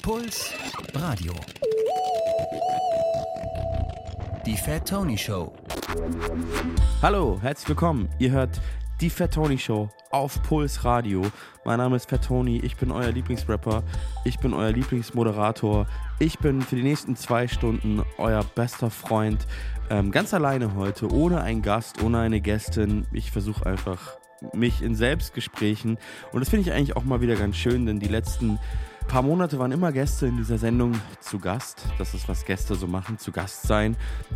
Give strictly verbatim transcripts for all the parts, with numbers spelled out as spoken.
Puls Radio. Die Fat Tony Show. Hallo, herzlich willkommen. Ihr hört die Fat Tony Show auf Puls Radio. Mein Name ist Fat Tony, ich bin euer Lieblingsrapper, ich bin euer Lieblingsmoderator. Ich bin für die nächsten zwei Stunden euer bester Freund. Ähm, ganz alleine heute, ohne einen Gast, ohne eine Gästin. Ich versuche einfach mich in Selbstgesprächen. Und das finde ich eigentlich auch mal wieder ganz schön, denn die letzten paar Monate waren immer Gäste in dieser Sendung zu Gast. Das ist, was Gäste so machen, zu Gast sein.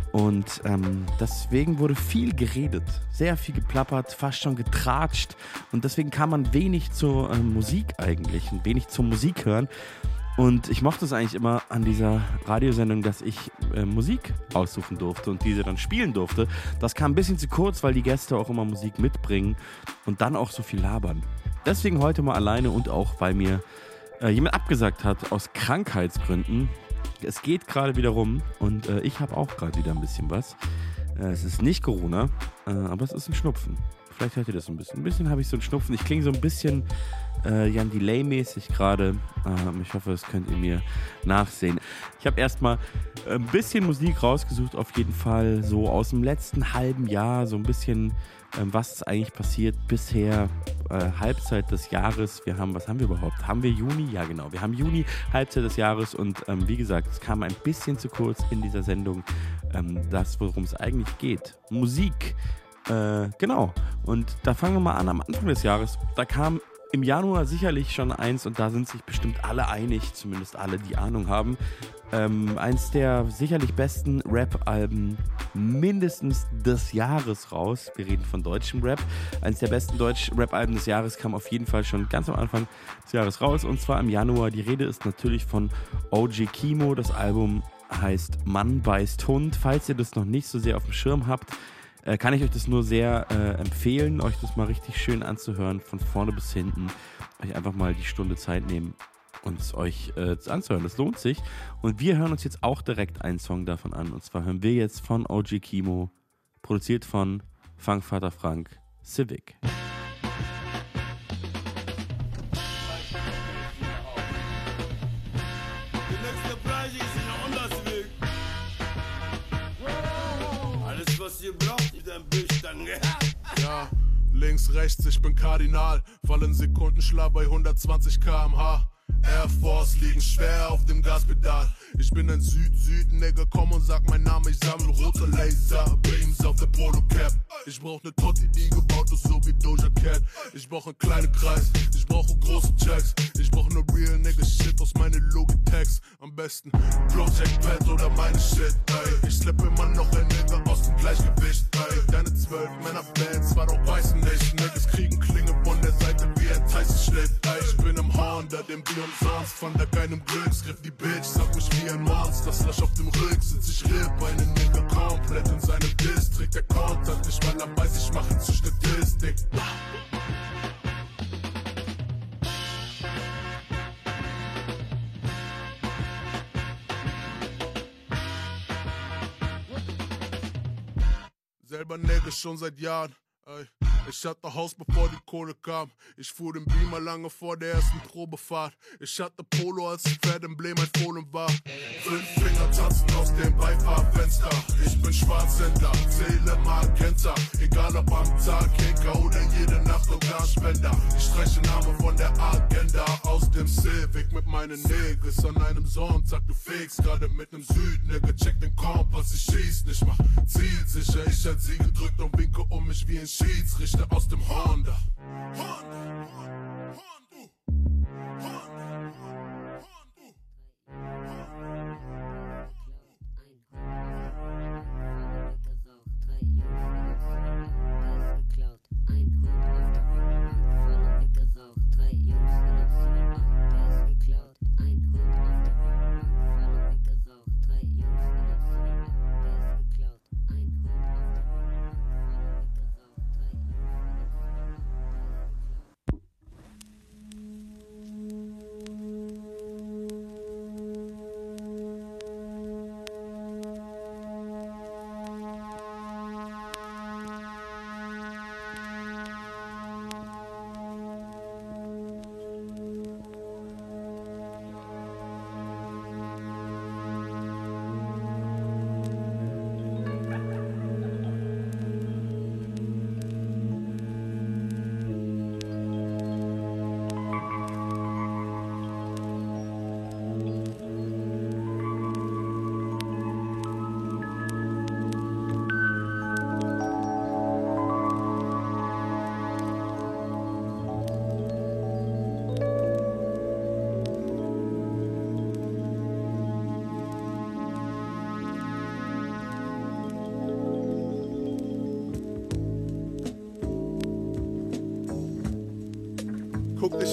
Und ähm, deswegen wurde viel geredet, sehr viel geplappert, fast schon getratscht. Und deswegen kam man wenig zur ähm, Musik eigentlich, und wenig zur Musik hören. Und ich mochte es eigentlich immer an dieser Radiosendung, dass ich äh, Musik aussuchen durfte und diese dann spielen durfte. Das kam ein bisschen zu kurz, weil die Gäste auch immer Musik mitbringen und dann auch so viel labern. Deswegen heute mal alleine und auch, weil mir äh, jemand abgesagt hat aus Krankheitsgründen. Es geht gerade wieder rum und äh, ich habe auch gerade wieder ein bisschen was. Äh, es ist nicht Corona, äh, aber es ist ein Schnupfen. Vielleicht hört ihr das so ein bisschen. Ein bisschen habe ich so einen Schnupfen. Ich klinge so ein bisschen äh, Jan Delay-mäßig gerade. Ähm, ich hoffe, das könnt ihr mir nachsehen. Ich habe erstmal ein bisschen Musik rausgesucht, auf jeden Fall. So aus dem letzten halben Jahr. So ein bisschen, ähm, was ist eigentlich passiert bisher. Äh, Halbzeit des Jahres. Wir haben, was haben wir überhaupt? Haben wir Juni? Ja, genau. Wir haben Juni, Halbzeit des Jahres. Und ähm, wie gesagt, es kam ein bisschen zu kurz in dieser Sendung. Ähm, das, worum es eigentlich geht. Musik. Äh, genau. Und da fangen wir mal an am Anfang des Jahres. Da kam im Januar sicherlich schon eins, und da sind sich bestimmt alle einig, zumindest alle, die Ahnung haben. Ähm, eins der sicherlich besten Rap-Alben mindestens des Jahres raus. Wir reden von deutschem Rap. Eins der besten Deutsch-Rap-Alben des Jahres kam auf jeden Fall schon ganz am Anfang des Jahres raus, und zwar im Januar. Die Rede ist natürlich von O G Kimo. Das Album heißt Mann beißt Hund. Falls ihr das noch nicht so sehr auf dem Schirm habt, Äh, kann ich euch das nur sehr äh, empfehlen, euch das mal richtig schön anzuhören, von vorne bis hinten. Euch einfach mal die Stunde Zeit nehmen und es euch äh, anzuhören. Das lohnt sich. Und wir hören uns jetzt auch direkt einen Song davon an. Und zwar hören wir jetzt von O G Kimo, produziert von Funkvater Frank, Civic. Ihr braucht nicht ein Bildstand, gell? Ja, links, rechts, ich bin Kardinal. Fallen Sekundenschlag bei hundertzwanzig Kilometer pro Stunde. Air Force liegen schwer auf dem Gaspedal. Ich bin ein Süd-Süd-Nigger, komm und sag mein Name, ich sammle rote Laser, Beams auf der Polo-Cap. Ich brauch ne Totti, die gebaut ist, so wie Doja Cat. Ich brauch einen kleinen Kreis, ich brauche große Checks. Ich brauch ne real nigga Shit aus meine Logitex. Am besten Project Pad oder meine Shit, ey. Ich slippe immer noch ein Nigga aus dem Gleichgewicht, ey. Deine zwölf Männer-Bands, war doch weißen nicht. Niggas kriegen Klinge von der Seite wie ein Tyson-Schnitt, ey. Ich bin im Honda, dem Bier umsonst, von da keinem Glücksgriff. Die Bitch sagt mich wie ein Monster, Slash auf dem Rücksitz. Ich ripp einen Nigga komplett in seinem District. Der kontert nicht, weil er weiß, ich mach ihn zur Statistik. Selber Nigga schon seit Jahren, ey. Ich hatte Haus, bevor die Kohle kam. Ich fuhr den Beamer lange vor der ersten Probefahrt. Ich hatte Polo, als das Pferdemblem ein Fohlen war. Fünf Finger tanzen aus dem Beifahrfenster. Ich bin Schwarzhändler, zähle Magenta. Egal ob am Tag, Kicker oder jede Nacht Organspender. Ich streiche Namen von der Agenda aus dem Civic mit meinen Niggas an einem Sonntag. Du fegst gerade mit nem Süd-Nigga, check den Kompass, ich schieß nicht, mach zielsicher. Ich halt sie gedrückt und winke um mich wie ein Schiedsrichter aus dem Honda. Honda.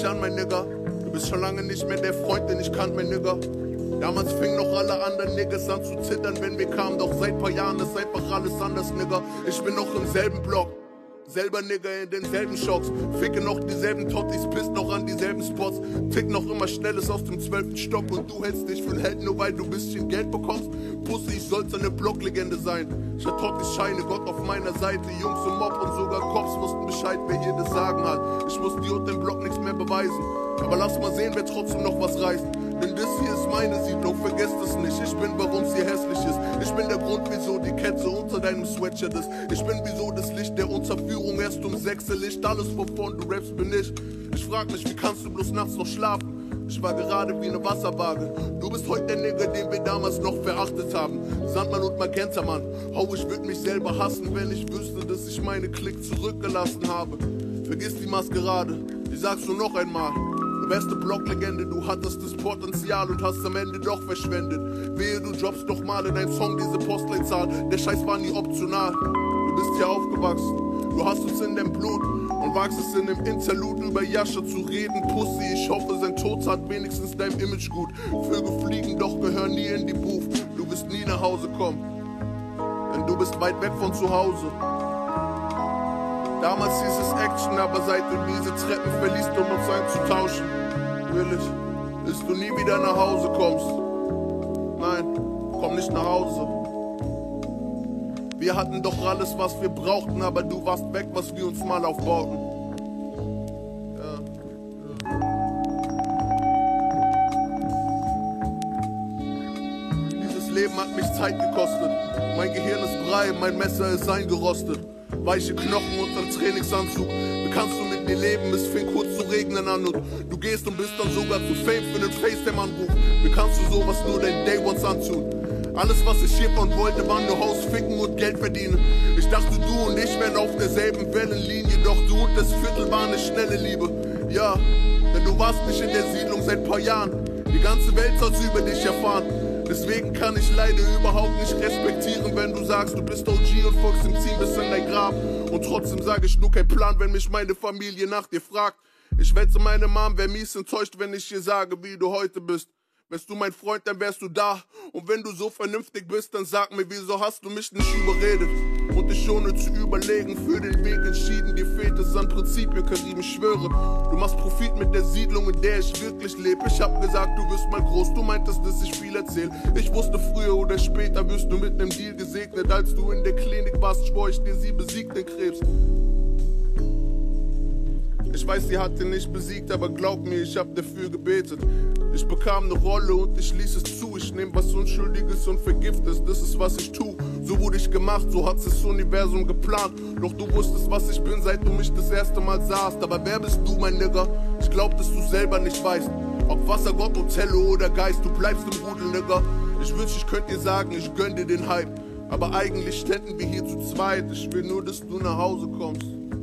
an, mein Nigga. Du bist schon lange nicht mehr der Freund, den ich kannte, mein Nigga. Damals fingen noch alle anderen Niggas an zu zittern, wenn wir kamen. Doch seit paar Jahren ist einfach alles anders, Nigga. Ich bin noch im selben Block. Selber Nigga in denselben Schocks. Ficke noch dieselben Tottis, pisst noch an dieselben Spots. Tick noch immer Schnelles aus dem zwölften Stock. Und du hältst dich für einen Held, nur weil du bisschen Geld bekommst. Pussy, ich soll's eine Blocklegende sein. Ich hab Tottis Scheine, Gott auf meiner Seite. Jungs im Mob und sogar Cops wussten Bescheid, wer hier das Sagen hat. Ich muss dir und dem Block nichts mehr beweisen. Aber lass mal sehen, wer trotzdem noch was reißt. Denn das hier ist meine Siedlung, vergesst es nicht. Ich bin, warum's hier hässlich ist. Ich bin der Grund, wieso die Kette unter deinem Sweatshirt ist. Ich bin, wieso das Licht der Unterführung erst um sechs Licht. Alles wovon du rappst, bin ich. Ich frag mich, wie kannst du bloß nachts noch schlafen? Ich war gerade wie eine Wasserwaage. Du bist heute der Nigger, den wir damals noch verachtet haben. Sandmann und Magenta, Mann. Hau, ich würd mich selber hassen, wenn ich wüsste, dass ich meine Klick zurückgelassen habe. Vergiss die Maskerade, ich sag's nur noch einmal. Beste Blocklegende, du hattest das Potenzial und hast am Ende doch verschwendet. Wehe, du droppst noch mal in deinem Song diese Postleitzahl. Der Scheiß war nie optional. Du bist hier aufgewachsen, du hast es in deinem Blut und wagst es in einem Interlude über Yasha zu reden. Pussy, ich hoffe, sein Tod tat wenigstens deinem Image gut. Vögel fliegen, doch gehören nie in die Booth. Du wirst nie nach Hause kommen, denn du bist weit weg von zu Hause. Damals hieß es Action, aber seit du diese Treppen verliest, um uns einzutauschen, will ich, bis du nie wieder nach Hause kommst. Nein, komm nicht nach Hause. Wir hatten doch alles, was wir brauchten, aber du warst weg, was wir uns mal aufbauten. Ja, ja. Dieses Leben hat mich Zeit gekostet. Mein Gehirn ist brei, mein Messer ist eingerostet. Weiche Knochen unterm Trainingsanzug. Wie kannst du mit mir leben? Es fing kurz zu regnen an und du gehst und bist dann sogar zu Fame für den FaceTime-Anruf. Wie kannst du sowas nur deinen Day Ones antun? Alles, was ich hiervon wollte, war nur Haus ficken und Geld verdienen. Ich dachte, du und ich wären auf derselben Wellenlinie, doch du und das Viertel war eine schnelle Liebe. Ja, denn du warst nicht in der Siedlung seit paar Jahren. Die ganze Welt soll's über dich erfahren. Deswegen kann ich leider überhaupt nicht respektieren, wenn du sagst, du bist O G und folgst dem Team bis in dein Grab. Und trotzdem sage ich nur kein Plan, wenn mich meine Familie nach dir fragt. Ich wette, meine Mom wäre mies enttäuscht, wenn ich ihr sage, wie du heute bist. Wärst du mein Freund, dann wärst du da. Und wenn du so vernünftig bist, dann sag mir, wieso hast du mich nicht überredet? Und dich ohne zu überlegen für den Weg entschieden. Dir fehlt es an Prinzipien, Karim, ich schwöre. Du machst Profit mit der Siedlung, in der ich wirklich lebe. Ich hab gesagt, du wirst mal groß, du meintest, dass ich viel erzähl. Ich wusste, früher oder später wirst du mit nem Deal gesegnet. Als du in der Klinik warst, schwor ich dir, sie besiegt den Krebs. Ich weiß, sie hat ihn nicht besiegt, aber glaub mir, ich hab dafür gebetet. Ich bekam eine Rolle und ich ließ es zu. Ich nehm was Unschuldiges und vergift es, das ist was ich tu. So wurde ich gemacht, so hat's das Universum geplant. Doch du wusstest, was ich bin, seit du mich das erste Mal sahst. Aber wer bist du, mein Nigger? Ich glaub, dass du selber nicht weißt. Ob Wassergott, Othello oder Geist, du bleibst im Rudel, Nigger. Ich wünsch, ich könnt dir sagen, ich gönn dir den Hype. Aber eigentlich ständen wir hier zu zweit. Ich will nur, dass du nach Hause kommst.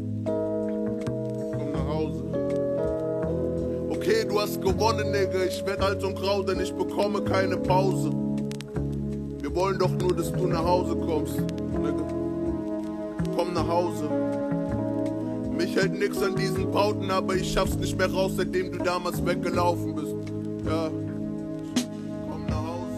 Okay, du hast gewonnen, Nigga, ich werd alt und grau, denn ich bekomme keine Pause. Wir wollen doch nur, dass du nach Hause kommst, Nigga. Komm nach Hause. Mich hält nix an diesen Bauten, aber ich schaff's nicht mehr raus, seitdem du damals weggelaufen bist. Ja. Komm nach Hause.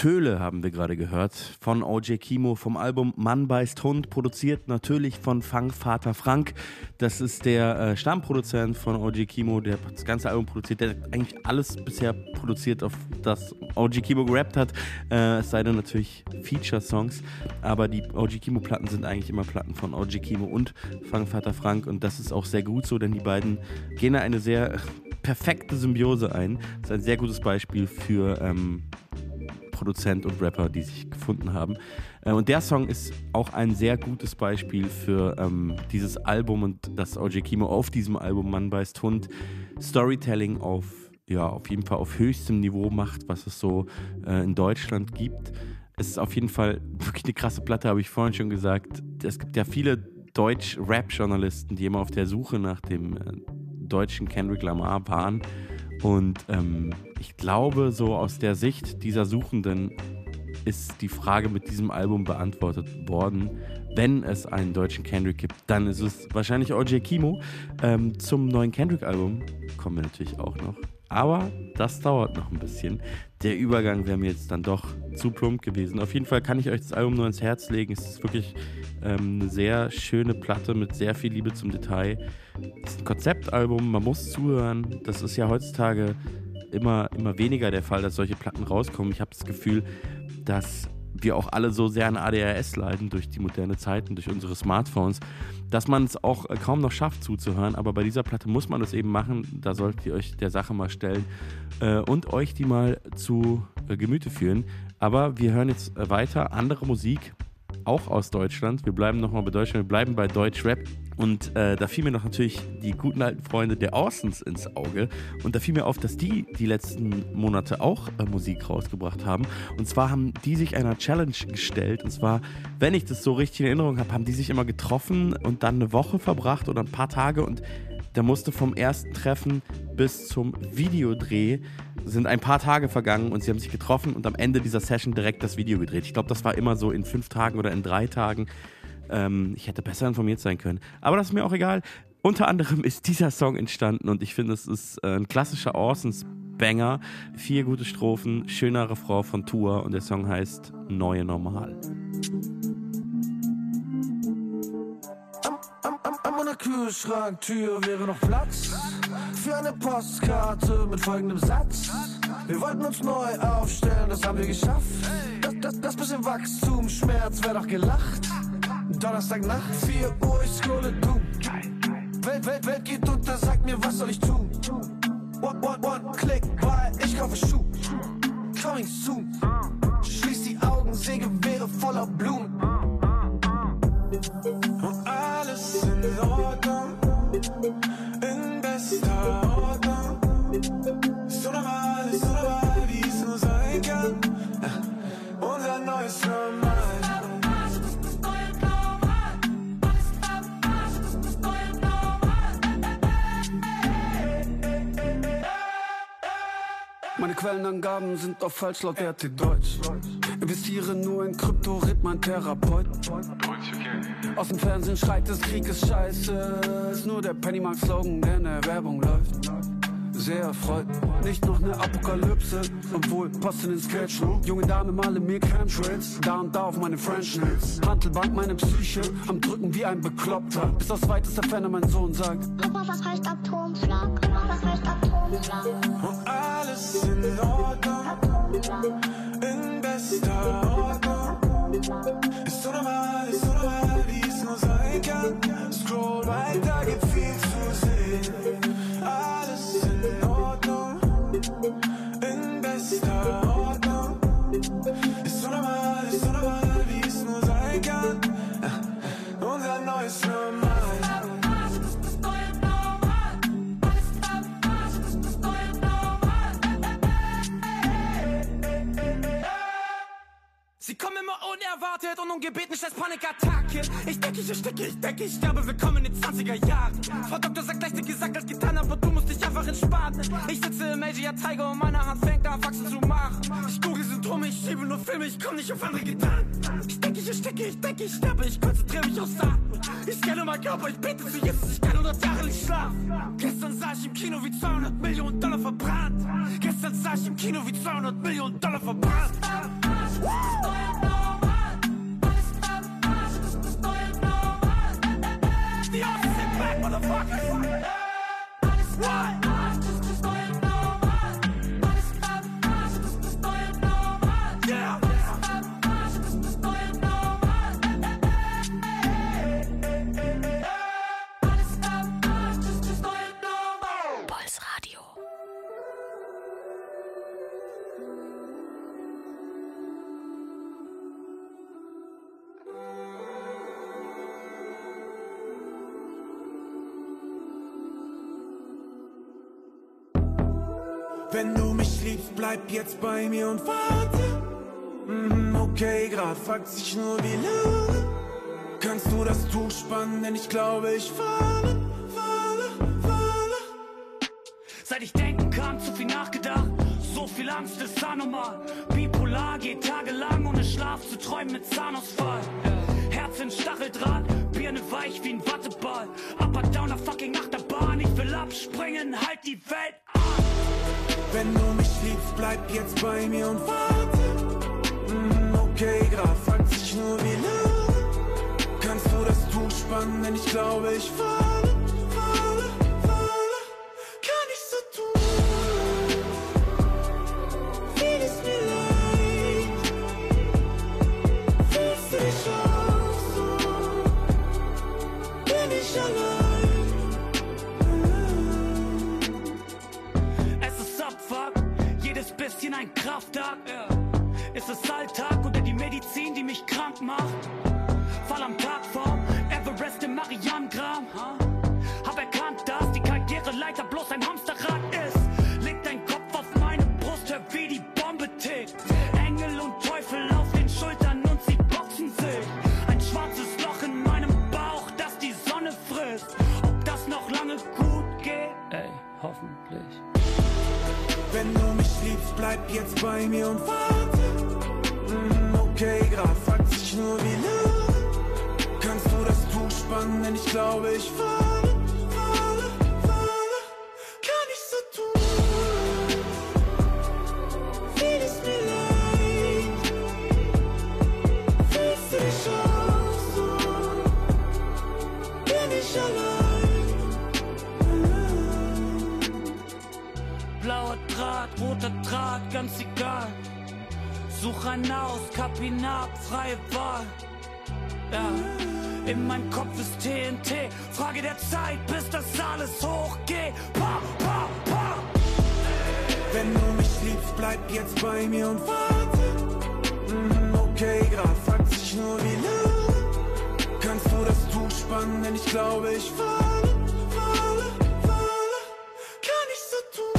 Töle haben wir gerade gehört von O J Kimo vom Album Mann beißt Hund, produziert natürlich von Fangvater Frank. Das ist der äh, Stammproduzent von O J Kimo, der das ganze Album produziert, der eigentlich alles bisher produziert, auf das O J Kimo gerappt hat. Äh, es sei denn natürlich Feature-Songs, aber die O J Kimo-Platten sind eigentlich immer Platten von O J Kimo und Fangvater Frank und das ist auch sehr gut so, denn die beiden gehen da eine sehr perfekte Symbiose ein. Das ist ein sehr gutes Beispiel für ähm, Produzent und Rapper, die sich gefunden haben. Äh, und der Song ist auch ein sehr gutes Beispiel für ähm, dieses Album und dass O J Kimo auf diesem Album Mann beißt Hund Storytelling auf, ja, auf jeden Fall auf höchstem Niveau macht, was es so äh, in Deutschland gibt. Es ist auf jeden Fall wirklich eine krasse Platte, habe ich vorhin schon gesagt. Es gibt ja viele Deutsch-Rap-Journalisten, die immer auf der Suche nach dem äh, deutschen Kendrick Lamar waren. Und ähm, ich glaube, so aus der Sicht dieser Suchenden ist die Frage mit diesem Album beantwortet worden. Wenn es einen deutschen Kendrick gibt, dann ist es wahrscheinlich O J Kimo. Ähm, zum neuen Kendrick-Album kommen wir natürlich auch noch. Aber das dauert noch ein bisschen. Der Übergang wäre mir jetzt dann doch zu plump gewesen. Auf jeden Fall kann ich euch das Album nur ins Herz legen. Es ist wirklich ähm, eine sehr schöne Platte mit sehr viel Liebe zum Detail. Es ist ein Konzeptalbum, man muss zuhören. Das ist ja heutzutage immer, immer weniger der Fall, dass solche Platten rauskommen. Ich habe das Gefühl, dass wir auch alle so sehr an A D H S leiden durch die moderne Zeit und durch unsere Smartphones, dass man es auch kaum noch schafft zuzuhören, aber bei dieser Platte muss man das eben machen, da solltet ihr euch der Sache mal stellen äh, und euch die mal zu äh, Gemüte führen. Aber wir hören jetzt äh, weiter andere Musik, auch aus Deutschland. Wir bleiben nochmal bei Deutschland, wir bleiben bei Deutschrap. Und äh, da fiel mir noch natürlich die guten alten Freunde der Orsons ins Auge. Und da fiel mir auf, dass die die letzten Monate auch äh, Musik rausgebracht haben. Und zwar haben die sich einer Challenge gestellt. Und zwar, wenn ich das so richtig in Erinnerung habe, haben die sich immer getroffen und dann eine Woche verbracht oder ein paar Tage. Und da musste vom ersten Treffen bis zum Videodreh sind ein paar Tage vergangen und sie haben sich getroffen und am Ende dieser Session direkt das Video gedreht. Ich glaube, das war immer so in fünf Tagen oder in drei Tagen. Ähm, ich hätte besser informiert sein können. Aber das ist mir auch egal. Unter anderem ist dieser Song entstanden und ich finde, es ist äh, ein klassischer Orsons-Banger. Vier gute Strophen, schöner Refrain von Tour und der Song heißt Neue Normal. An der Kühlschranktür wäre noch Platz für eine Postkarte mit folgendem Satz. Wir wollten uns neu aufstellen, das haben wir geschafft. Das, das, das bisschen Wachstumsschmerz wäre doch gelacht. Donnerstagnacht, vier Uhr, ich scrolle Doom. Welt, Welt, Welt geht unter, sag mir, was soll ich tun? One, one, one, klick, weil ich kaufe Schuh. Coming soon. Schließ die Augen, sehe Gewehre voller Blumen. Und alles in Ordnung, in bester Ordnung. Ist so normal, ist so normal, wie es nur sein kann. Unser neues Normal. Meine Quellenangaben sind auf Falschlautwerte Deutsch. Investiere nur in Krypto, red mein Therapeut. Aus dem Fernsehen schreit es, Krieg ist scheiße. Ist nur der Pennymark-Slogan, der in der Werbung läuft. Sehr erfreut, nicht noch eine Apokalypse, obwohl passt in den Sketch. Junge Dame male mir Chemtrails, da und da auf meine French Nails. Handelbank meine Psyche, am Drücken wie ein Bekloppter. Bis aus weitester Ferne mein Sohn sagt: Guck mal, was heißt Atomschlag? Guck mal, was heißt Atomschlag? Und alles in Ordnung, in bester Ordnung. Ist so normal, ist so normal, wie es nur sein kann. Scroll weiter, gibt viel zu sehen. Alles in Ordnung, in bester Ordnung. Ist so normal, ist so normal, wie es nur sein kann. Unser neues Normal. Sie kommen immer unerwartet und ungebeten stellt Panikattacken. Ich denke, ich ersticke, ich denke, ich sterbe, willkommen in den zwanziger Jahren. Frau Doktor sagt gleich den gesagt als getan, aber du musst dich einfach entspannen. Ich sitze im Major Tiger und meine Hand fängt an, Faxen zu machen. Ich google Symptome, ich schiebe nur Filme, ich komm nicht auf andere Gedanken. Ich denke, ich ersticke, ich denke, ich sterbe, ich konzentriere mich aufs Atmen. Ich scanne meinen Körper, ich bete zu Jesus, ich kann hundert Jahre nicht schlafen. Gestern sah ich im Kino wie zweihundert Millionen Dollar verbrannt. Gestern sah ich im Kino wie zweihundert Millionen Dollar verbrannt. Wenn du mich liebst, bleib jetzt bei mir und warte. Mhm, okay, grad fragt sich nur wie lange. Kannst du das Tuch spannen, denn ich glaube, ich falle, falle, falle. Seit ich denken kann, zu viel nachgedacht. So viel Angst ist anormal. Bipolar, geht tagelang ohne Schlaf zu träumen mit Zahnausfall. Herz in Stacheldraht, Birne weich wie ein Watteball. Upper Downer fucking Achterbahn, ich will abspringen, halt die Welt an. Wenn du mich liebst, bleib jetzt bei mir und warte. Mm, okay, grad fragt sich nur wie lange. Kannst du das Tuch spannen, denn ich glaube, ich falle, falle, falle. Kann ich so tun, viel ist mir leid. Fühlst du dich auch so? Bin ich allein? Bisschen ein Kraftakt, yeah. Ist es Alltag oder die Medizin, die mich krank macht? Fall am Tag vom Everest im Marianengraben, huh? Hab erkannt, dass die Karriereleiter bloß ein Hamsterrad ist. Leg dein Kopf auf meine Brust, hör wie die Bombe tickt. Engel und Teufel auf den Schultern und sie boxen sich. Ein schwarzes Loch in meinem Bauch, das die Sonne frisst. Ob das noch lange gut geht? Ey, hoffentlich. Wenn du mich liebst, bleib jetzt bei mir und warte. Mm, okay, grad fragt sich nur wie lange. Kannst du das Tuch spannen, denn ich glaube, ich falle, falle, falle. Kann ich so tun, viel ist mir leid. Fühlst du dich auch so? Bin ich allein? Blauer Draht, roter Draht, ganz egal. Such einen aus, kapp ihn ab, freie Wahl. Ja, in meinem Kopf ist T N T. Frage der Zeit, bis das alles hochgeht. Pa, pa, pa. Wenn du mich liebst, bleib jetzt bei mir und warte. Mm, okay, grad fragt sich nur wie lange. Kannst du das Tuch spannen, denn ich glaube, ich falle, falle, falle. Kann ich so tun,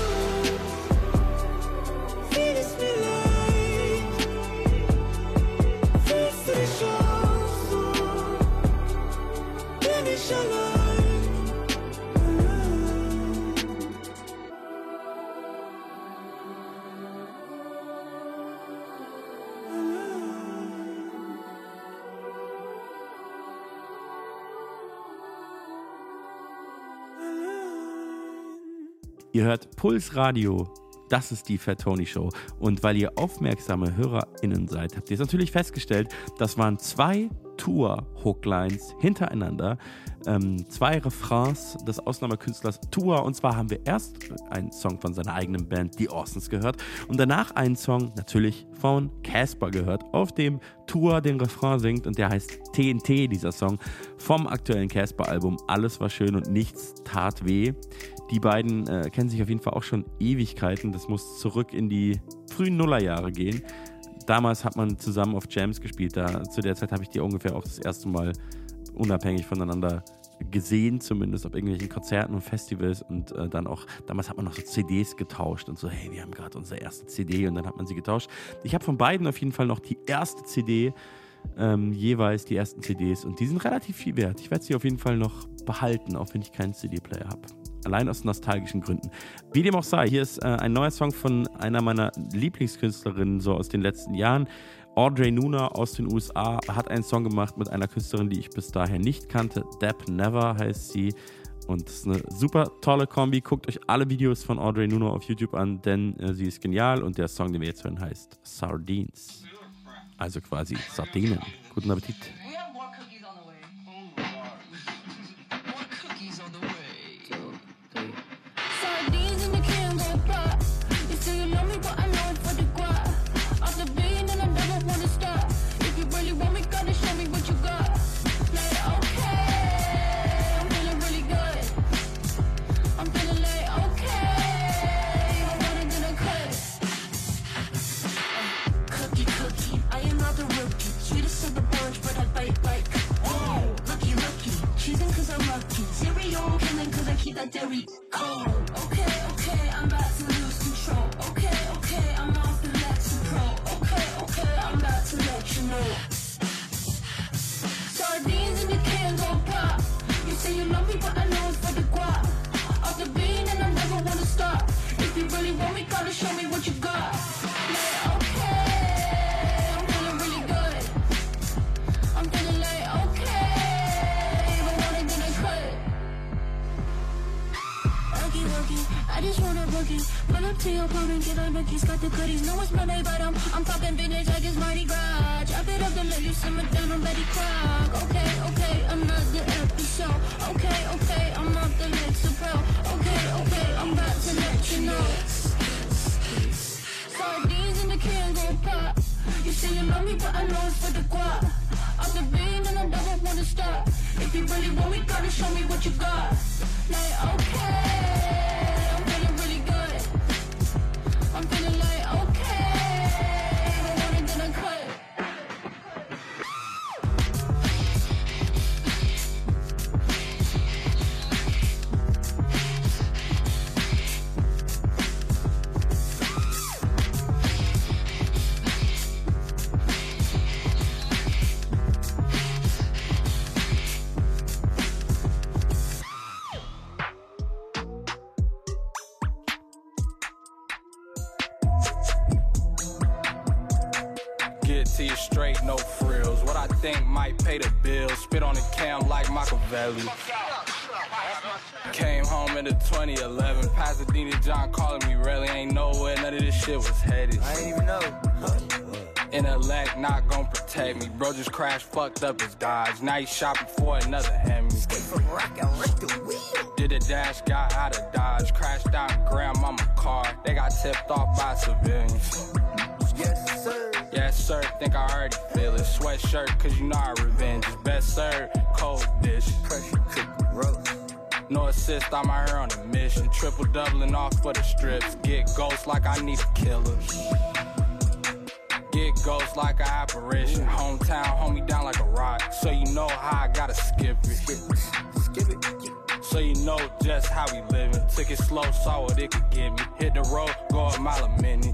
viel ist mir leid. Fühlst du dich auch so? Bin ich allein? Ihr hört Puls Radio, das ist die Fat Tony Show. Und weil ihr aufmerksame HörerInnen seid, habt ihr es natürlich festgestellt, das waren zwei Tour-Hooklines hintereinander, ähm, zwei Refrains des Ausnahmekünstlers Tour. Und zwar haben wir erst einen Song von seiner eigenen Band, die Orsons, gehört und danach einen Song natürlich von Casper gehört, auf dem Tour den Refrain singt und der heißt T N T, dieser Song vom aktuellen Casper-Album Alles war schön und nichts tat weh. Die beiden äh, kennen sich auf jeden Fall auch schon Ewigkeiten. Das muss zurück in die frühen Nullerjahre gehen. Damals hat man zusammen auf Jams gespielt. Da, zu der Zeit habe ich die ungefähr auch das erste Mal unabhängig voneinander gesehen, zumindest auf irgendwelchen Konzerten und Festivals. Und äh, dann auch, damals hat man noch so C Ds getauscht und so, hey, wir haben gerade unsere erste C D und dann hat man sie getauscht. Ich habe von beiden auf jeden Fall noch die erste C D, ähm, jeweils die ersten C Ds und die sind relativ viel wert. Ich werde sie auf jeden Fall noch behalten, auch wenn ich keinen C D-Player habe. Allein aus nostalgischen Gründen. Wie dem auch sei, hier ist äh, ein neuer Song von einer meiner Lieblingskünstlerinnen so aus den letzten Jahren. Audrey Nuna aus den U S A hat einen Song gemacht mit einer Künstlerin, die ich bis dahin nicht kannte. Deb Never heißt sie. Und das ist eine super tolle Kombi. Guckt euch alle Videos von Audrey Nuno auf YouTube an, denn äh, sie ist genial und der Song, den wir jetzt hören, heißt Sardines. Also quasi Sardinen. Guten Appetit. That dairy cold. Okay, okay, I'm about to lose control. Okay, okay, I'm off the Lexapro. Okay, okay, I'm about to let you know. Sardines in the can don't pop. You say you love me, but I know it's for the guap. Off the bean and I never wanna stop. If you really want me, gotta show me what you got. Like, okay, I'm feeling really good. I'm feeling like, okay, but what I didn't cut. I just wanna boogie. Pull up to your phone and get on nookies. Got the goodies, no it's Monday, but I'm I'm popping vintage like it's Mardi Gras. Chop it up and let you simmer down on Betty Crock. Okay, okay, another episode. Okay, okay, I'm off the Lexapro. Okay, okay, I'm about to let you know. Sardines in the can go pop. You say you love me, but I know it's for the guap. Off the bean and I never wanna stop. If you really want me, gotta show me what you got. Like, okay, I'm feeling really good. I'm feeling like, okay, but what I didn't cut. To you straight, no frills. What I think might pay the bills. Spit on the cam like Machiavelli. Came home in the twenty eleven. Pasadena John calling me really. Ain't nowhere none of this shit was headed. I ain't even know. Intellect not gon' protect me. Bro just crashed, fucked up his Dodge. Now he shopping for another Hemi. Did a dash, got out of Dodge. Crashed out in grandmama's car. They got tipped off by civilians. Yes, sir. Yes, sir. Think I already feel it. Sweatshirt, cause you know our revenge is best served. Cold dish. Pressure cook roast. No assist, I'm out here on a mission. Triple doubling off for the strips. Get ghost like I need a killer. Get ghost like an apparition. Hometown, hold me down like a rock. So you know how I gotta skip it. Skip it. So you know just how we living. Took it slow, saw what it could give me. Hit the road, go a mile a minute.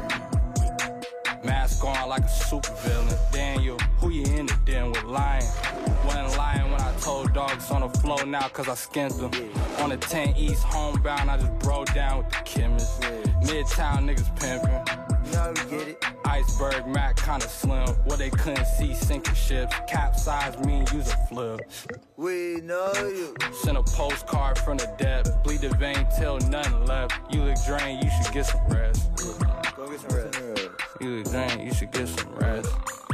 Mask on like a super villain. Daniel, who you in the den with? Lying. Wasn't lying when I told dogs on the floor now cause I skinned them. On the ten East homebound, I just broke down with the chemist. Midtown niggas pimping. Now we get it. Iceberg Mac kinda slim. What they couldn't see sinking ships. Capsize me and use a flip. We know you. Send a postcard from the depth. Bleed the vein till nothing left. You look drained, you should get some rest. Go get some rest. You look drained, you should get some rest.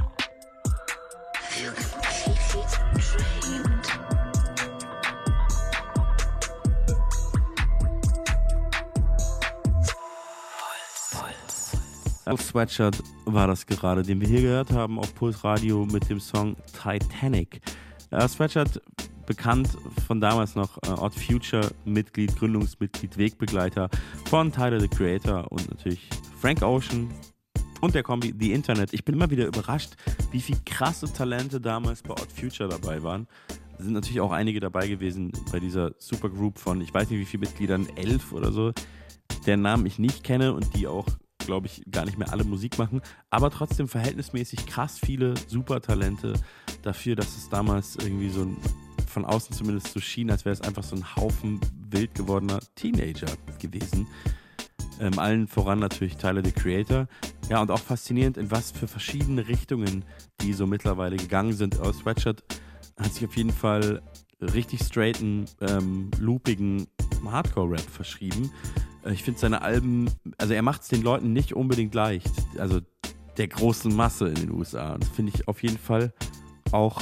Sweatshirt war das gerade, den wir hier gehört haben auf Puls Radio mit dem Song Titanic. Äh, Sweatshirt, bekannt von damals noch, äh, Odd Future Mitglied, Gründungsmitglied, Wegbegleiter von Tyler the Creator und natürlich Frank Ocean und der Kombi The Internet. Ich bin immer wieder überrascht, wie viele krasse Talente damals bei Odd Future dabei waren. Es sind natürlich auch einige dabei gewesen bei dieser Supergroup von, ich weiß nicht wie viele Mitgliedern, elf oder so, deren Namen ich nicht kenne und die auch, glaube ich, gar nicht mehr alle Musik machen, aber trotzdem verhältnismäßig krass viele Supertalente dafür, dass es damals irgendwie so ein, von außen zumindest so schien, als wäre es einfach so ein Haufen wild gewordener Teenager gewesen. Ähm, allen voran natürlich Tyler the Creator. Ja, und auch faszinierend, in was für verschiedene Richtungen die so mittlerweile gegangen sind. Aus Sweatshirt hat sich auf jeden Fall richtig straighten, ähm, loopigen Hardcore-Rap verschrieben. Äh, ich finde seine Alben, also er macht es den Leuten nicht unbedingt leicht, also der großen Masse in den U S A. Und das finde ich auf jeden Fall auch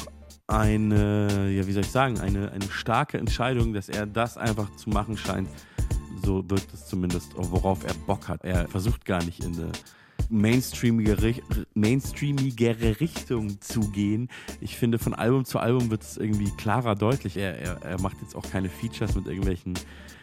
eine, ja wie soll ich sagen, eine, eine starke Entscheidung, dass er das einfach zu machen scheint. So wirkt es zumindest, worauf er Bock hat. Er versucht gar nicht in eine mainstreamigere, mainstreamigere Richtung zu gehen. Ich finde, von Album zu Album wird es irgendwie klarer deutlich. Er, er, er macht jetzt auch keine Features mit irgendwelchen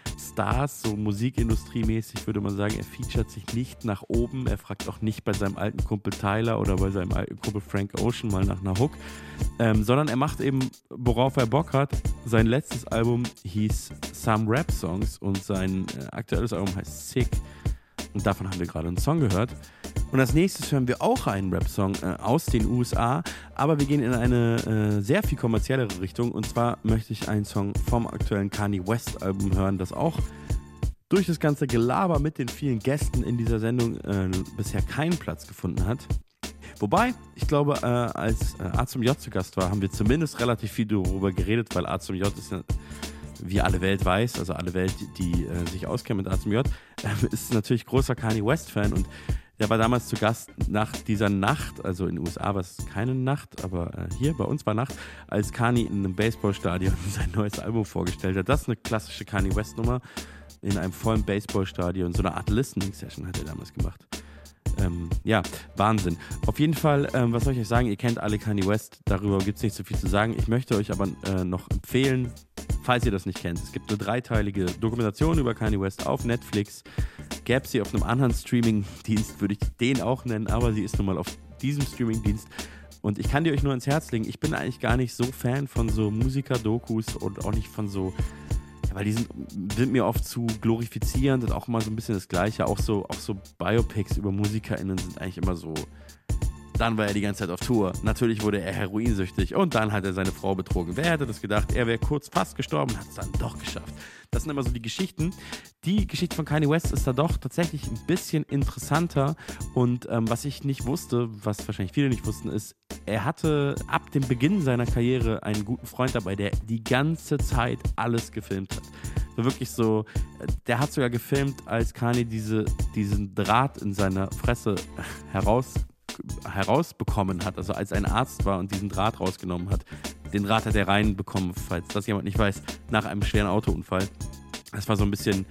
Stars, so musikindustriemäßig würde man sagen. Er featuret sich nicht nach oben. Er fragt auch nicht bei seinem alten Kumpel Tyler oder bei seinem alten Kumpel Frank Ocean mal nach einer Hook, ähm, sondern er macht eben, worauf er Bock hat. Sein letztes Album hieß Some Rap Songs und sein äh, aktuelles Album heißt Sick. Und davon haben wir gerade einen Song gehört. Und als nächstes hören wir auch einen Rap-Song äh, aus den U S A, aber wir gehen in eine äh, sehr viel kommerziellere Richtung. Und zwar möchte ich einen Song vom aktuellen Kanye West Album hören, das auch durch das ganze Gelaber mit den vielen Gästen in dieser Sendung äh, bisher keinen Platz gefunden hat. Wobei, ich glaube, äh, als äh, A zum J zu Gast war, haben wir zumindest relativ viel darüber geredet, weil A zum J ist ja, wie alle Welt weiß, also alle Welt, die, die äh, sich auskennt mit A zum J, äh, ist natürlich großer Kanye West-Fan und der war damals zu Gast nach dieser Nacht, also in den U S A war es keine Nacht, aber äh, hier bei uns war Nacht, als Kanye in einem Baseballstadion sein neues Album vorgestellt hat. Das ist eine klassische Kanye West-Nummer in einem vollen Baseballstadion, so eine Art Listening-Session hat er damals gemacht. Ähm, ja, Wahnsinn. Auf jeden Fall, ähm, was soll ich euch sagen, ihr kennt alle Kanye West, darüber gibt es nicht so viel zu sagen. Ich möchte euch aber äh, noch empfehlen, falls ihr das nicht kennt, es gibt eine dreiteilige Dokumentation über Kanye West auf Netflix. Gäbe sie auf einem anderen Streaming-Dienst, würde ich den auch nennen, aber sie ist nun mal auf diesem Streaming-Dienst. Und ich kann die euch nur ins Herz legen, ich bin eigentlich gar nicht so Fan von so Musiker-Dokus und auch nicht von so, ja, weil die sind, sind mir oft zu glorifizierend und auch immer so ein bisschen das Gleiche. Auch so, auch so Biopics über MusikerInnen sind eigentlich immer so, dann war er die ganze Zeit auf Tour. Natürlich wurde er heroinsüchtig und dann hat er seine Frau betrogen. Wer hätte das gedacht? Er wäre kurz fast gestorben, hat es dann doch geschafft. Das sind immer so die Geschichten. Die Geschichte von Kanye West ist da doch tatsächlich ein bisschen interessanter. Und ähm, was ich nicht wusste, was wahrscheinlich viele nicht wussten, ist, er hatte ab dem Beginn seiner Karriere einen guten Freund dabei, der die ganze Zeit alles gefilmt hat. So wirklich so, der hat sogar gefilmt, als Kanye diese, diesen Draht in seiner Fresse heraus herausbekommen hat, also als ein Arzt war und diesen Draht rausgenommen hat. Den Draht hat er reinbekommen, falls das jemand nicht weiß, nach einem schweren Autounfall. Das war so ein bisschen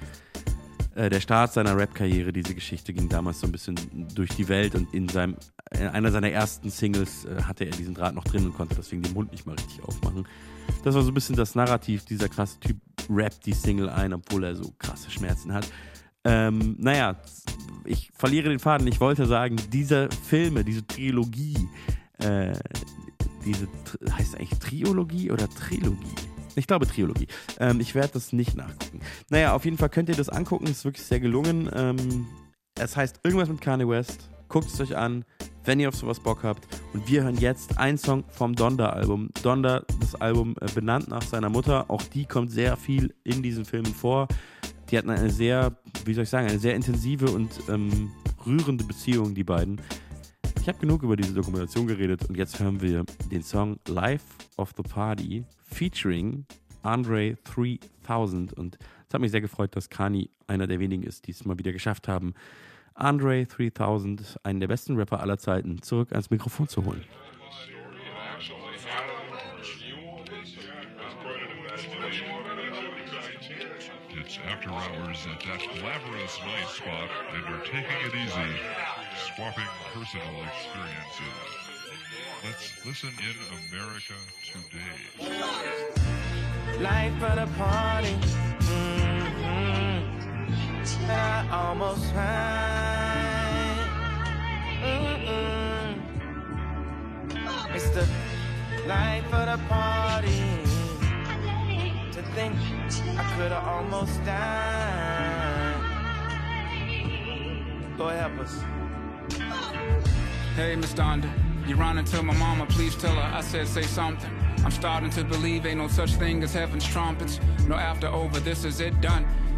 äh, der Start seiner Rap-Karriere. Diese Geschichte ging damals so ein bisschen durch die Welt und in seinem in einer seiner ersten Singles äh, hatte er diesen Draht noch drin und konnte deswegen den Mund nicht mal richtig aufmachen. Das war so ein bisschen das Narrativ. Dieser krasse Typ rappt die Single ein, obwohl er so krasse Schmerzen hat. Ähm, naja, ich verliere den Faden. Ich wollte sagen, diese Filme, diese Trilogie, äh, diese, heißt es eigentlich Triologie oder Trilogie? Ich glaube Triologie. Ähm, ich werde das nicht nachgucken. Naja, auf jeden Fall könnt ihr das angucken. Es ist wirklich sehr gelungen. Ähm, es heißt irgendwas mit Kanye West. Guckt es euch an, wenn ihr auf sowas Bock habt. Und wir hören jetzt einen Song vom Donda-Album. Donda, das Album äh, benannt nach seiner Mutter. Auch die kommt sehr viel in diesen Filmen vor. Die hatten eine sehr, wie soll ich sagen, eine sehr intensive und ähm, rührende Beziehung, die beiden. Ich habe genug über diese Dokumentation geredet und jetzt hören wir den Song Life of the Party featuring Andre dreitausend. Und es hat mich sehr gefreut, dass Kanye einer der wenigen ist, die es mal wieder geschafft haben, Andre dreitausend, einen der besten Rapper aller Zeiten, zurück ans Mikrofon zu holen. It's after hours at that glamorous night spot, and we're taking it easy, swapping personal experiences. Let's listen in America today. Life of the party, mm-hmm. And I almost fine. Mm-mm. It's the life of the party. To think I could've almost died. Lord help us. Hey, Miss Donda, you running to my mama, please tell her I said say something. I'm starting to believe ain't no such thing as heaven's trumpets. No after over, this is it done.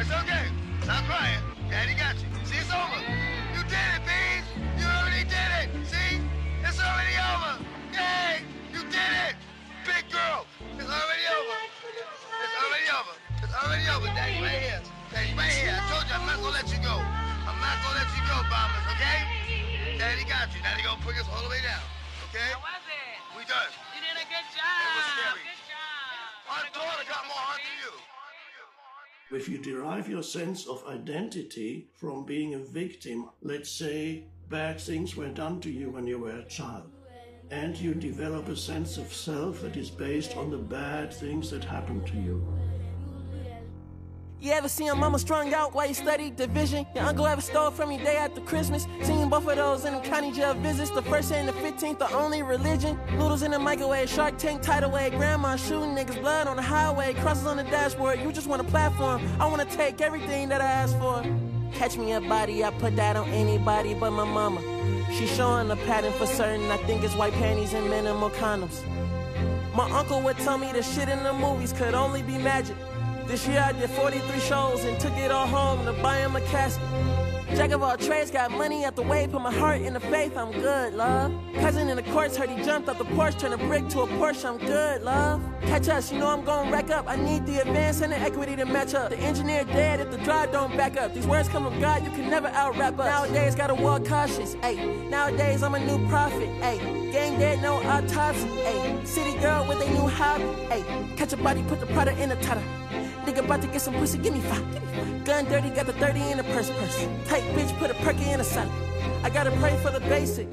It's okay. Stop crying. Daddy got you. See, it's over. You did it, Beans. You already did it. See? It's already over. Yay! You did it. Big girl. It's already over. It's already over. It's already over, Daddy. Right here. Daddy, right here. I told you I'm not gonna let you go. I'm not gonna let you go, Bombers, okay? Daddy got you. Daddy gonna bring us all the way down. Okay? How was it? We done. You did a good job. It was scary. Good job. Our daughter got more heart than you. If you derive your sense of identity from being a victim, let's say bad things were done to you when you were a child, and you develop a sense of self that is based on the bad things that happened to you. You ever see your mama strung out while you studied division? Your uncle ever stole from you day after Christmas? Seen both of those in them county jail visits. The first and the fifteenth, the only religion. Noodles in the microwave, Shark Tank tied away. Grandma shooting niggas, blood on the highway. Crosses on the dashboard, you just want a platform. I wanna take everything that I asked for. Catch me a body, I put that on anybody but my mama. She showing the pattern for certain, I think it's white panties and minimal condoms. My uncle would tell me the shit in the movies could only be magic. This year I did forty-three shows and took it all home to buy him a casket. Jack of all trades, got money out the way, put my heart in the faith, I'm good, love. Cousin in the courts heard he jumped off the porch, turned a brick to a Porsche, I'm good, love. Catch us, you know I'm gon' rack up, I need the advance and the equity to match up. The engineer dead if the drive don't back up. These words come from God, you can never out-rap us. Nowadays gotta walk cautious, ayy. Nowadays I'm a new prophet, ayy. Gang dead, no autopsy, ayy. City girl with a new hobby, ayy. Catch a body, put the product in the tutter. Nigga about to get some pussy, give me five. Gun dirty, got the thirty in the purse purse. Tight bitch, put a perky in a salad. I gotta pray for the basic.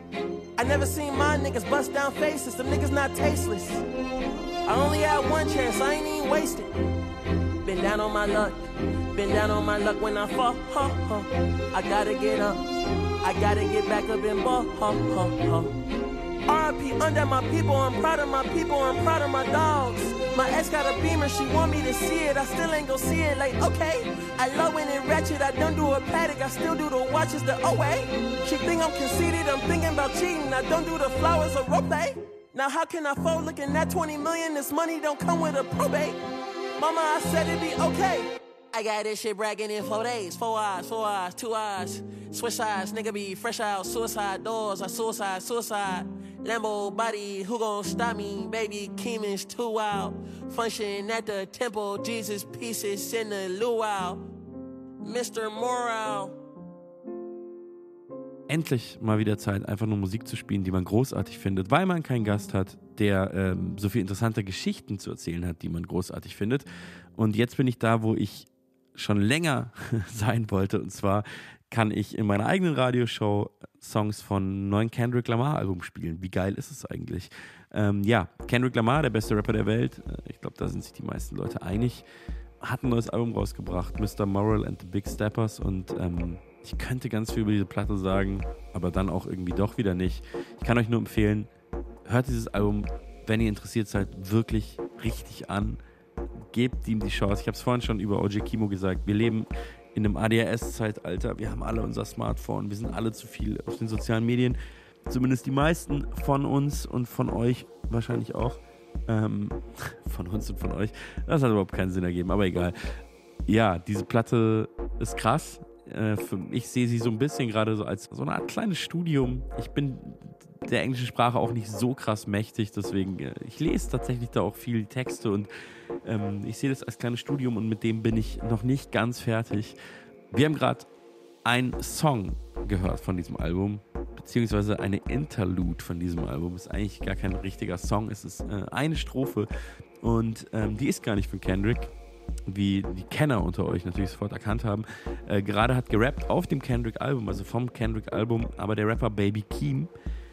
I never seen my niggas bust down faces. Them niggas not tasteless. I only had one chance, I ain't even wasted. Been down on my luck. Been down on my luck when I fall. Huh, huh. I gotta get up. I gotta get back up and ball. Huh, huh, huh. R I P under my people, I'm proud of my people, I'm proud of my dogs. My ex got a Beamer, she want me to see it, I still ain't gon' see it, like, okay. I low it and ratchet, I don't do a paddock, I still do the watches the O A. She think I'm conceited, I'm thinking about cheating, I don't do the flowers or rope. Now how can I fold looking at twenty million, this money don't come with a probate. Mama, I said it'd be okay. I got this shit bragging in four days, four eyes, four eyes, two eyes. Switch sides, nigga be fresh out, suicide doors, I suicide, suicide. Lambo body, who gon' stop me? Baby Keem is too wild. Function at the temple, Jesus pieces in the luau. Mister Morale. Endlich mal wieder Zeit, einfach nur Musik zu spielen, die man großartig findet, weil man keinen Gast hat, der ähm, so viele interessante Geschichten zu erzählen hat, die man großartig findet. Und jetzt bin ich da, wo ich schon länger sein wollte. Und zwar kann ich in meiner eigenen Radioshow Songs von neuen Kendrick Lamar Album spielen. Wie geil ist es eigentlich? Ähm, ja, Kendrick Lamar, der beste Rapper der Welt, ich glaube, da sind sich die meisten Leute einig, hat ein neues Album rausgebracht, Mister Moral and the Big Steppers, und ähm, ich könnte ganz viel über diese Platte sagen, aber dann auch irgendwie doch wieder nicht. Ich kann euch nur empfehlen, hört dieses Album, wenn ihr interessiert seid, wirklich richtig an. Gebt ihm die Chance. Ich habe es vorhin schon über O J Kimo gesagt. Wir leben in einem A D H S-Zeitalter. Wir haben alle unser Smartphone. Wir sind alle zu viel auf den sozialen Medien. Zumindest die meisten von uns und von euch wahrscheinlich auch. Ähm, von uns und von euch. Das hat überhaupt keinen Sinn ergeben, aber egal. Ja, diese Platte ist krass. Äh, für, ich sehe sie so ein bisschen gerade so als so eine Art kleines Studium. Ich bin der englischen Sprache auch nicht so krass mächtig, deswegen, äh, ich lese tatsächlich da auch viel Texte und ähm, ich sehe das als kleines Studium und mit dem bin ich noch nicht ganz fertig. Wir haben gerade einen Song gehört von diesem Album, beziehungsweise eine Interlude von diesem Album. Es ist eigentlich gar kein richtiger Song, es ist äh, eine Strophe und ähm, die ist gar nicht von Kendrick, wie die Kenner unter euch natürlich sofort erkannt haben. Äh, gerade hat gerappt auf dem Kendrick-Album, also vom Kendrick-Album, aber der Rapper Baby Keem.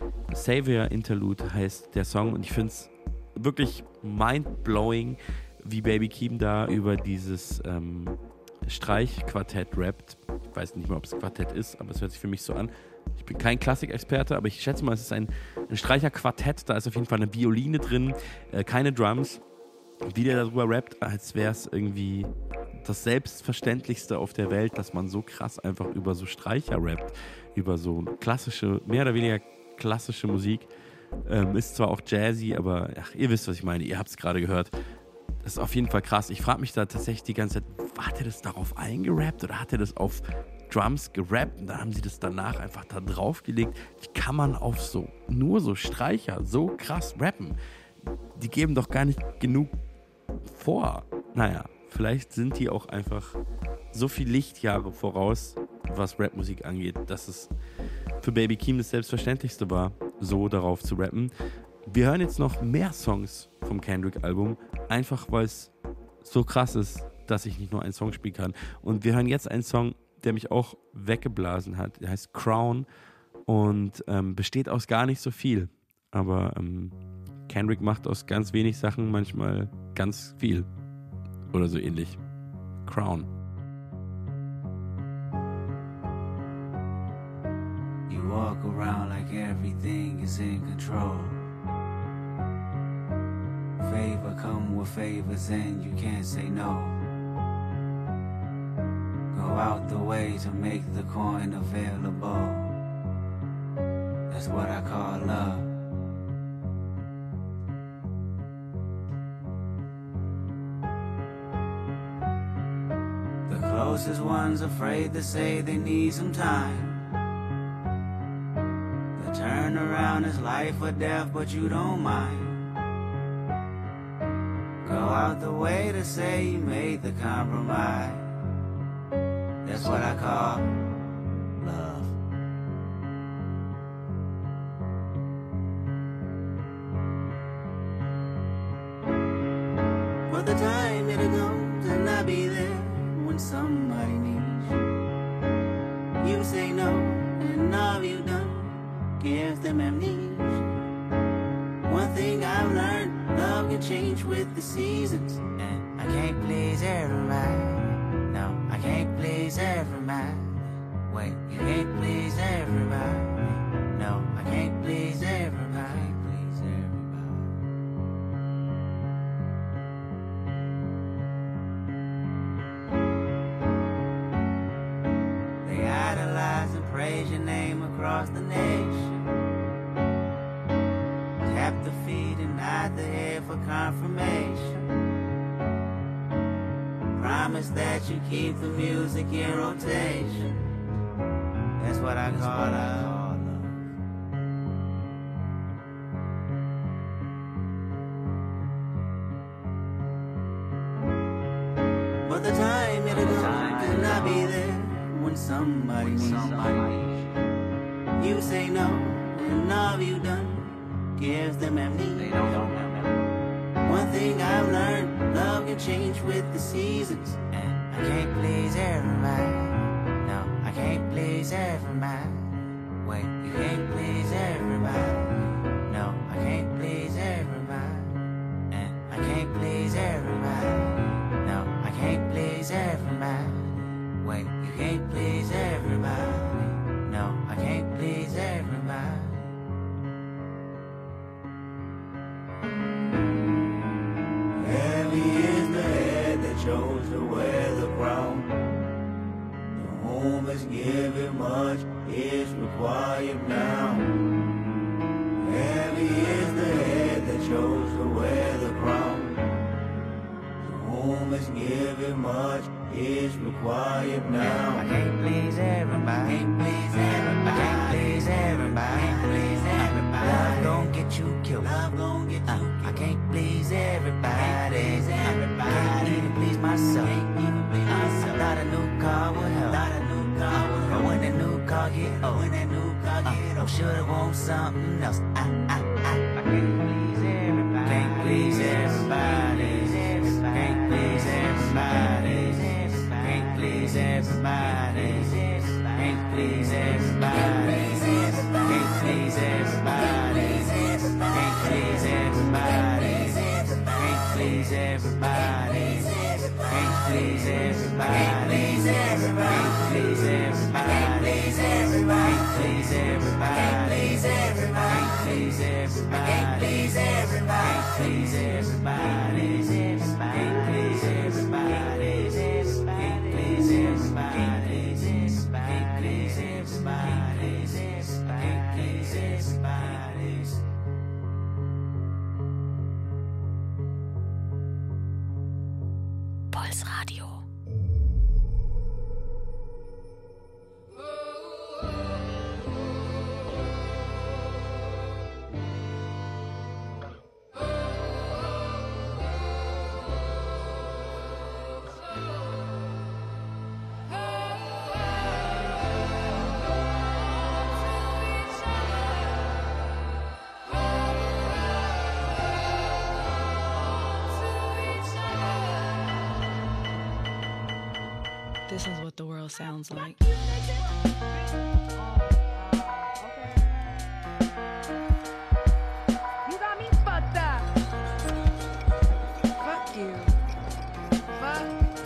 Savior Interlude heißt der Song und ich finde es wirklich mind-blowing, wie Baby Keem da über dieses ähm, Streichquartett rappt. Ich weiß nicht mal, ob es Quartett ist, aber es hört sich für mich so an. Ich bin kein Klassikexperte, aber ich schätze mal, es ist ein, ein Streicherquartett. Da ist auf jeden Fall eine Violine drin, äh, keine Drums. Wie der darüber rappt, als wäre es irgendwie das Selbstverständlichste auf der Welt, dass man so krass einfach über so Streicher rappt, über so klassische, mehr oder weniger klassische Musik. Ähm, ist zwar auch jazzy, aber ach, ihr wisst, was ich meine. Ihr habt es gerade gehört. Das ist auf jeden Fall krass. Ich frage mich da tatsächlich die ganze Zeit, hat er das darauf eingerappt oder hat er das auf Drums gerappt und dann haben sie das danach einfach da draufgelegt. Wie kann man auf so, nur so Streicher so krass rappen? Die geben doch gar nicht genug vor. Naja, vielleicht sind die auch einfach so viel Lichtjahre voraus, was Rapmusik angeht, dass es für Baby Keem das Selbstverständlichste war, so darauf zu rappen. Wir hören jetzt noch mehr Songs vom Kendrick-Album, einfach weil es so krass ist, dass ich nicht nur einen Song spielen kann. Und wir hören jetzt einen Song, der mich auch weggeblasen hat. Der heißt Crown und ähm, besteht aus gar nicht so viel. Aber ähm, Kendrick macht aus ganz wenig Sachen manchmal ganz viel. Oder so ähnlich. Crown. You walk around like everything is in control. Favor come with favors and you can't say no. Go out the way to make the coin available. That's what I call love. The closest one's afraid to say they need some time. The turnaround is life or death, but you don't mind. Go out the way to say you made the compromise. That's what I call love. But the time it'll come to not be there when somebody needs you. You say no, and all you done gives them amnesia. One thing I've learned, love can change with the seasons. And I can't please everybody. No, I can't please everybody. Wait, you can't please everybody. No, I can't please everybody. Please everybody. They idolize and praise your name across the nation. Tap the feet and nod the head for confirmation. Promise that you keep the music in rotation. That's what I call love. But the time it'll come to not be there when somebody needs you. You say no, and all you done gives them amnesia. One thing I've learned, love can change with the seasons. And I can't please everybody. No, I can't please everybody. Wait, you can't please everybody. No, I can't please everybody. And I can't please everybody. No, I can't please everybody. Wait, you can't please everybody. No, I can't please everybody. Heavy is the head that chose to wear the crown. To whom is given much is required now. Heavy is the head that chose to wear the crown. To whom is given much is required now. I can't please everybody. Can't please everybody. Can't please everybody. Can't please everybody. Love gon' get you killed. Love gon' get you killed. I can't please everybody. Can't even please myself. I thought a new car would help. But when that new car get old, when that new car get old, shoulda want something else. I, I, I, I can't please everybody. Can't please everybody. Can't please everybody. Can't please everybody. Can't please everybody. Can't please everybody. Can't please everybody. Can't please everybody. Can't please everybody. Can't please everybody. Can't please everybody. Can't please everybody. Can't please everybody. Can't please everybody. Can't please everybody. Can't please everybody. Can't please everybody. Can't please everybody. Can't please everybody. Can't please everybody. Pulsradio. This is what the world sounds like. You got me fucked up. Fuck you. Fuck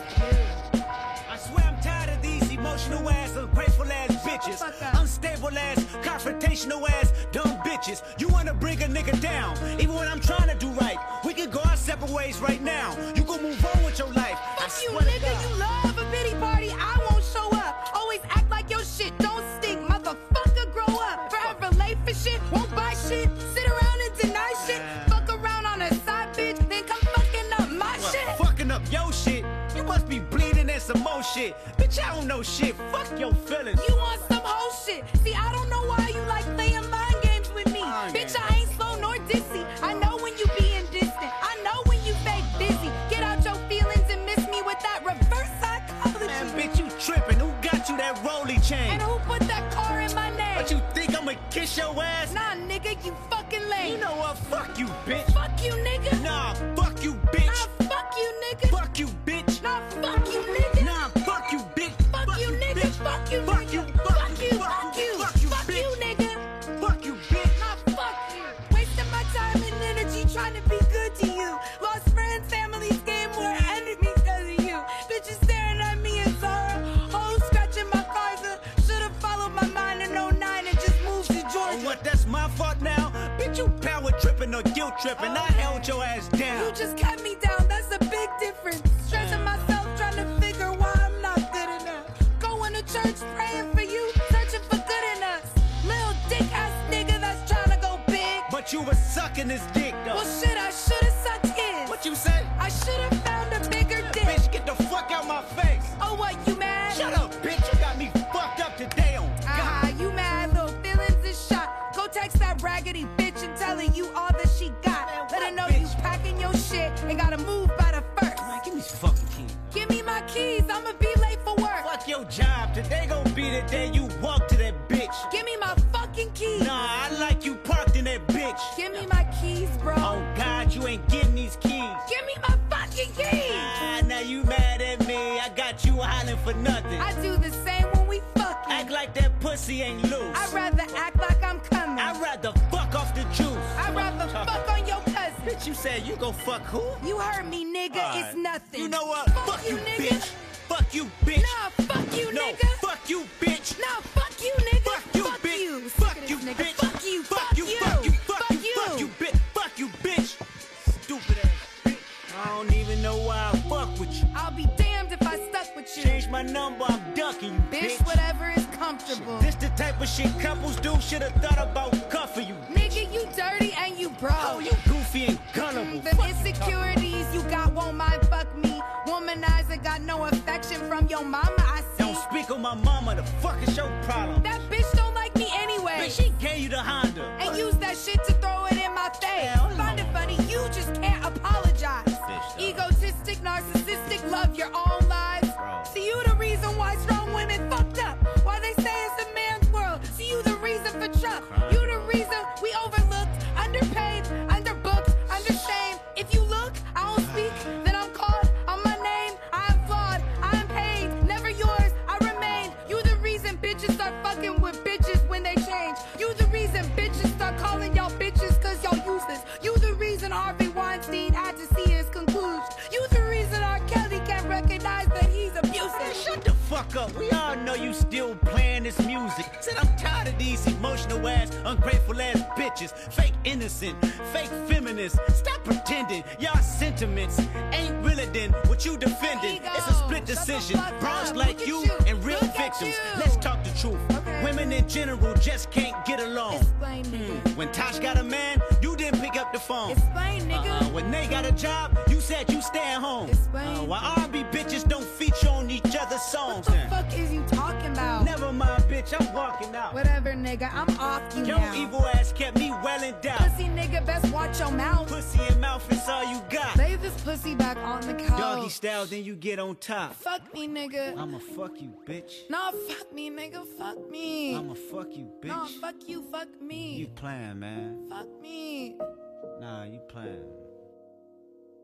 you. I swear I'm tired of these emotional ass, ungrateful ass bitches, unstable ass, confrontational ass, dumb bitches. You wanna bring a nigga down, even when I'm trying to do right. We can go our separate ways right now. You gon' move on with your life. Fuck you, nigga. You love a pity party. I won't show up. Always act like your shit don't stink. Motherfucker, grow up. Forever late for shit. Won't buy shit. Sit around and deny shit. Fuck around on a side bitch. Then come fucking up my What, shit. fucking up your shit? You must be bleeding and some more shit. Bitch, I don't know shit. Fuck your feelings. You want some whole shit. See, I don't know why you like playing mind games with me. Mind Bitch, games. I ain't slow nor dizzy. I know when you being distant. I know when you fake busy. Get out your feelings and miss me with that reverse psychology. Man, bitch, you tripping. Who got you that rolly chain? And who put that car in my name? But you think I'ma kiss your ass? Nah, nigga, you fucking lame. You know what? Fuck you, bitch. Fuck you, nigga. Nah, fuck you, bitch. Nah, fuck you, nigga. Fuck you, bitch. Nah, fuck you, nigga. Nah, fuck you, bitch. Fuck you, nigga. Fuck you, Fuck you, nigga. fuck Fuck you, you, fuck fuck you, you. fuck you, Fuck you, bitch. nigga. Fuck you, bitch. Nah, fuck you. Wasting my time and energy trying to be good to you. Lost friends, families, gained more enemies because of you. Bitches staring at me in sorrow. Hoes scratching my cars. Should've followed my mind in oh nine and just moved to Georgia. Oh, what? That's my fault now? Bitch, you power tripping or guilt tripping. I held your ass down. You just kept me down, that's a big difference. Stressing myself, trying to figure why I'm not good enough. Going to church, praying for you, searching for good in us. Little dick ass nigga that's trying to go big. But you was sucking this dick, though. Well, shit, I should've sucked his. What you say? I should've found a bigger dick. Bitch, get the fuck out my face. Oh, what, you mad? Shut up, bitch. You got me fucked up today on Ah, God. you mad, little feelings is shot. Go text that raggedy bitch and tell her you all that she got. Let her know you packing your shit and gotta move by the first. Man, give me these fucking keys. Give me my keys, I'ma be late for work. Fuck your job. Today gon' be the day you walk to that bitch. Give me my fucking keys. Nah, I like you parked in that bitch. Give me my keys, bro. Oh, God, you ain't getting these keys. Give me my fucking keys. Ah, now you mad at me. I got you hollering for nothing. I do the same when we fucking. Act like that pussy ain't loose. I'd rather act like I'm coming. I'd rather fuck off the juice. I'd rather fuck on your cousin. Bitch, you said you gon' fuck who? You heard me, nigga. Alright. It's nothing. You know what? Fuck, Fuck you, you, nigga. bitch. Fuck you, bitch. Nah, fuck you, No, nigga. fuck you, bitch. Nah, fuck you, nigga. Fuck you, fuck bitch. you. Fuck Sick of you, this nigga. bitch. Fuck you. Fuck you, fuck you, fuck Fuck you, fuck you, bitch. Fuck you, bitch. Stupid ass bitch. I don't even know why I fuck with you. I'll be damned if I stuck with you. Change my number, I'm ducking you, Bitch, bitch. whatever is comfortable. This the type of shit couples do. Should've thought about cuffing you. Nigga, you dirty and you broke. Oh, you goofy and gullible. Them Fuck you, insecurities you got won't mind fuck me. Womanizer got no affection from your mama, I see. Don't speak on my mama, the fuck is your problem? That bitch don't like me anyway. Bitch, she gave you the Honda. And use that shit to throw it in my face. Hell no. Find it funny, you just can't apologize. Bitch, though. Egotistic, narcissistic, love your own lives. Bro. See, you the reason why strong women fucked up. Why they say it's a man's world. See, you the reason for Trump. You the reason we overlooked, underpaid, underbooked, undershamed. If you look, I don't speak, then I'm called on my name. I am flawed, I am paid, never yours, I remain. You the reason bitches start fucking with bitches when they change. You the reason bitches start calling y'all bitches cause y'all useless. You the reason Harvey Weinstein had to see his conclusion. You the reason R. Kelly can't recognize that he's abusive. Man, shut the fuck up. We all know you still playing this music. Said I'm tired of these emotional ass, ungrateful ass bitches. Fake innocent, fake feminists. Stop pretending y'all sentiments ain't realer than what you defending. Ego. It's a split Shut the decision. fuck Bros up. like Look at you you. and real Look at victims. you. Let's talk the truth. Okay. Women in general just can't get along. Explain, nigga. Hmm. When Tosh got a man, you didn't pick up the phone. Explain, nigga. Uh-uh. When they got a job, you said you stay at home. Explain. Uh, why R and B bitches don't feature on each other's songs? What the then? fuck is you talking about? Never mind, bitch, I'm walking out. Whatever, nigga, I'm off you Your now. evil ass kept me well in doubt. Pussy nigga, best watch your mouth. Pussy and mouth is all you got. Lay this pussy back on the couch. Doggy style, then you get on top. Fuck me, nigga. I'ma fuck you, bitch. Nah, fuck me, nigga. Fuck me. I'ma fuck you, bitch. Nah, fuck you. Fuck me. You playing, man. Fuck me. Nah, you playing.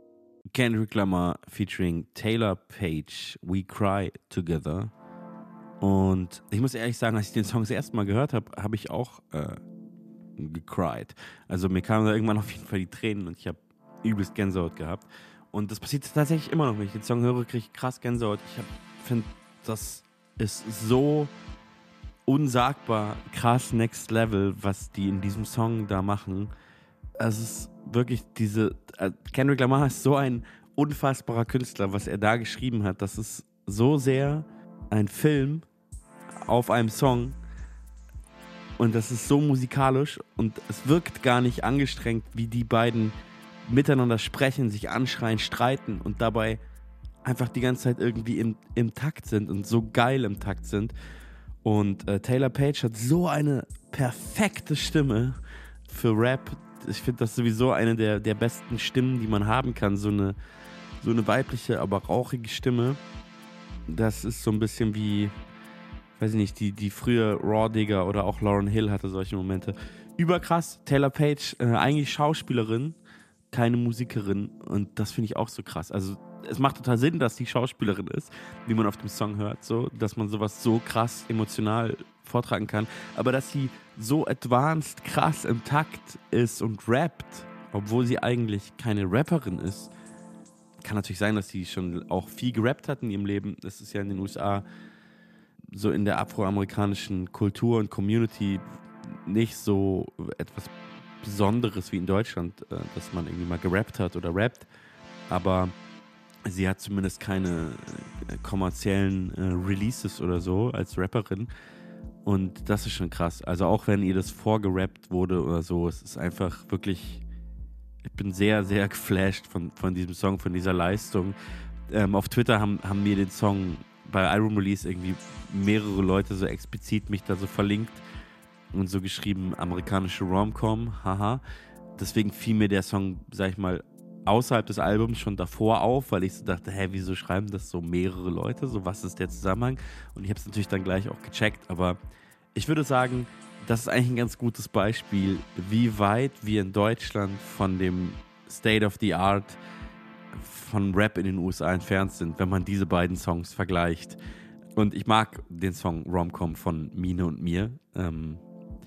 Kendrick Lamar featuring Taylor Page, We Cry Together. Und ich muss ehrlich sagen, als ich den Song das erste Mal gehört habe, habe ich auch äh, gecried. Also mir kamen da irgendwann auf jeden Fall die Tränen und ich habe übelst Gänsehaut gehabt. Und das passiert tatsächlich immer noch, wenn ich den Song höre, kriege ich krass Gänsehaut. Ich finde, das ist so unsagbar krass Next Level, was die in diesem Song da machen. Es ist wirklich diese, äh, Kendrick Lamar ist so ein unfassbarer Künstler, was er da geschrieben hat. Das ist so sehr ein Film auf einem Song und das ist so musikalisch und es wirkt gar nicht angestrengt, wie die beiden miteinander sprechen, sich anschreien, streiten und dabei einfach die ganze Zeit irgendwie im, im Takt sind und so geil im Takt sind. Und äh, Taylor Page hat so eine perfekte Stimme für Rap. Ich finde das sowieso eine der, der besten Stimmen, die man haben kann. So eine, so eine weibliche, aber rauchige Stimme. Das ist so ein bisschen wie, weiß ich nicht, die, die frühe Raw Digger oder auch Lauryn Hill hatte solche Momente. Überkrass. Taylor Page, äh, eigentlich Schauspielerin, keine Musikerin. Und das finde ich auch so krass. Also es macht total Sinn, dass die Schauspielerin ist, wie man auf dem Song hört, so, dass man sowas so krass emotional vortragen kann. Aber dass sie so advanced krass im Takt ist und rappt, obwohl sie eigentlich keine Rapperin ist, kann natürlich sein, dass sie schon auch viel gerappt hat in ihrem Leben. Das ist ja in den U S A so in der afroamerikanischen Kultur und Community nicht so etwas Besonderes wie in Deutschland, dass man irgendwie mal gerappt hat oder rappt. Aber sie hat zumindest keine kommerziellen Releases oder so als Rapperin. Und das ist schon krass. Also auch wenn ihr das vorgerappt wurde oder so, es ist einfach wirklich, ich bin sehr, sehr geflasht von, von diesem Song, von dieser Leistung. Ähm, auf Twitter haben, haben mir den Song bei Album Release irgendwie mehrere Leute so explizit mich da so verlinkt und so geschrieben, amerikanische Rom-Com, haha. Deswegen fiel mir der Song, sag ich mal, außerhalb des Albums schon davor auf, weil ich so dachte, hä, wieso schreiben das so mehrere Leute? So, was ist der Zusammenhang? Und ich habe es natürlich dann gleich auch gecheckt, aber ich würde sagen, das ist eigentlich ein ganz gutes Beispiel, wie weit wir in Deutschland von dem State of the Art von Rap in den U S A entfernt sind, wenn man diese beiden Songs vergleicht. Und ich mag den Song Rom-Com von Mine und mir, ähm,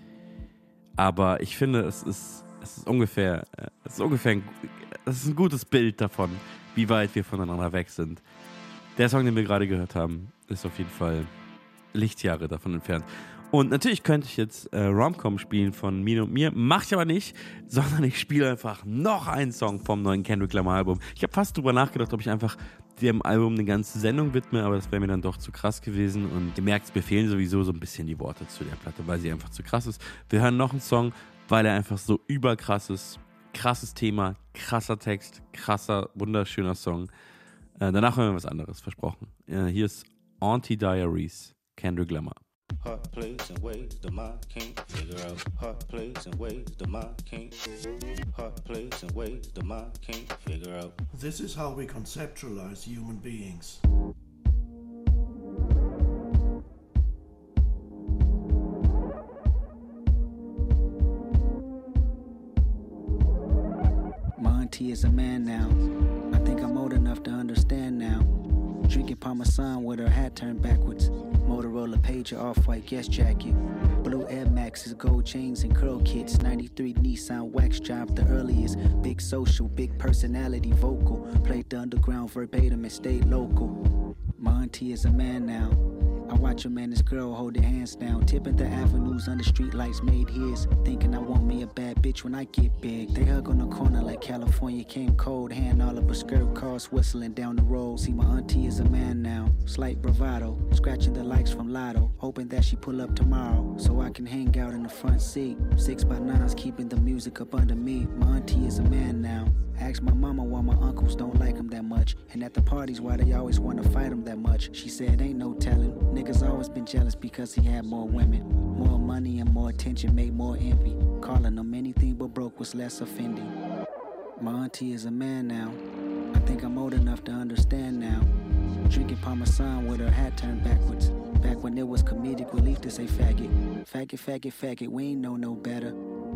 aber ich finde, es ist, es ist ungefähr, es ist ungefähr ein, es ist ein gutes Bild davon, wie weit wir voneinander weg sind. Der Song, den wir gerade gehört haben, ist auf jeden Fall Lichtjahre davon entfernt. Und natürlich könnte ich jetzt äh, Rom-Com spielen von Mine und mir, mache ich aber nicht, sondern ich spiele einfach noch einen Song vom neuen Kendrick Lamar Album. Ich habe fast drüber nachgedacht, ob ich einfach dem Album eine ganze Sendung widme, aber das wäre mir dann doch zu krass gewesen. Und ihr merkt, mir fehlen sowieso so ein bisschen die Worte zu der Platte, weil sie einfach zu krass ist. Wir hören noch einen Song, weil er einfach so überkrass ist. Krasses Thema, krasser Text, krasser, wunderschöner Song. Äh, danach hören wir was anderes, versprochen. Äh, hier ist Auntie Diaries, Kendrick Lamar. Heart plays in ways the mind can't figure out. Heart plays in ways the mind can't. Heart plays in ways the mind can't figure out. This is how we conceptualize human beings. My auntie is a man now. I think I'm old enough to understand now. Drinking Parmesan with her hat turned backwards. Motorola pager, off-white guest jacket. Blue Air Maxes, gold chains and curl kits. ninety-three Nissan wax job, the earliest. Big social, big personality, vocal. Played the underground verbatim and stayed local. My auntie is a man now. I watch him and his girl hold their hands down. Tipping the avenues under street lights made his. Thinking I want me a bad bitch when I get big. They hug on the corner like California came cold. Hand all of her skirt cars whistling down the road. See, my auntie is a man now. Slight bravado. Scratching the likes from Lotto. Hoping that she pull up tomorrow so I can hang out in the front seat. Six by nines keeping the music up under me. My auntie is a man now. Asked my mama why my uncles don't like him that much. And at the parties why they always want to fight him that much. She said ain't no telling. Niggas always been jealous because he had more women. More money and more attention made more envy. Calling him anything but broke was less offending. My auntie is a man now. I think I'm old enough to understand now. Drinking Parmesan with her hat turned backwards. Back when it was comedic relief to say faggot. Faggot, faggot, faggot, we ain't know no better.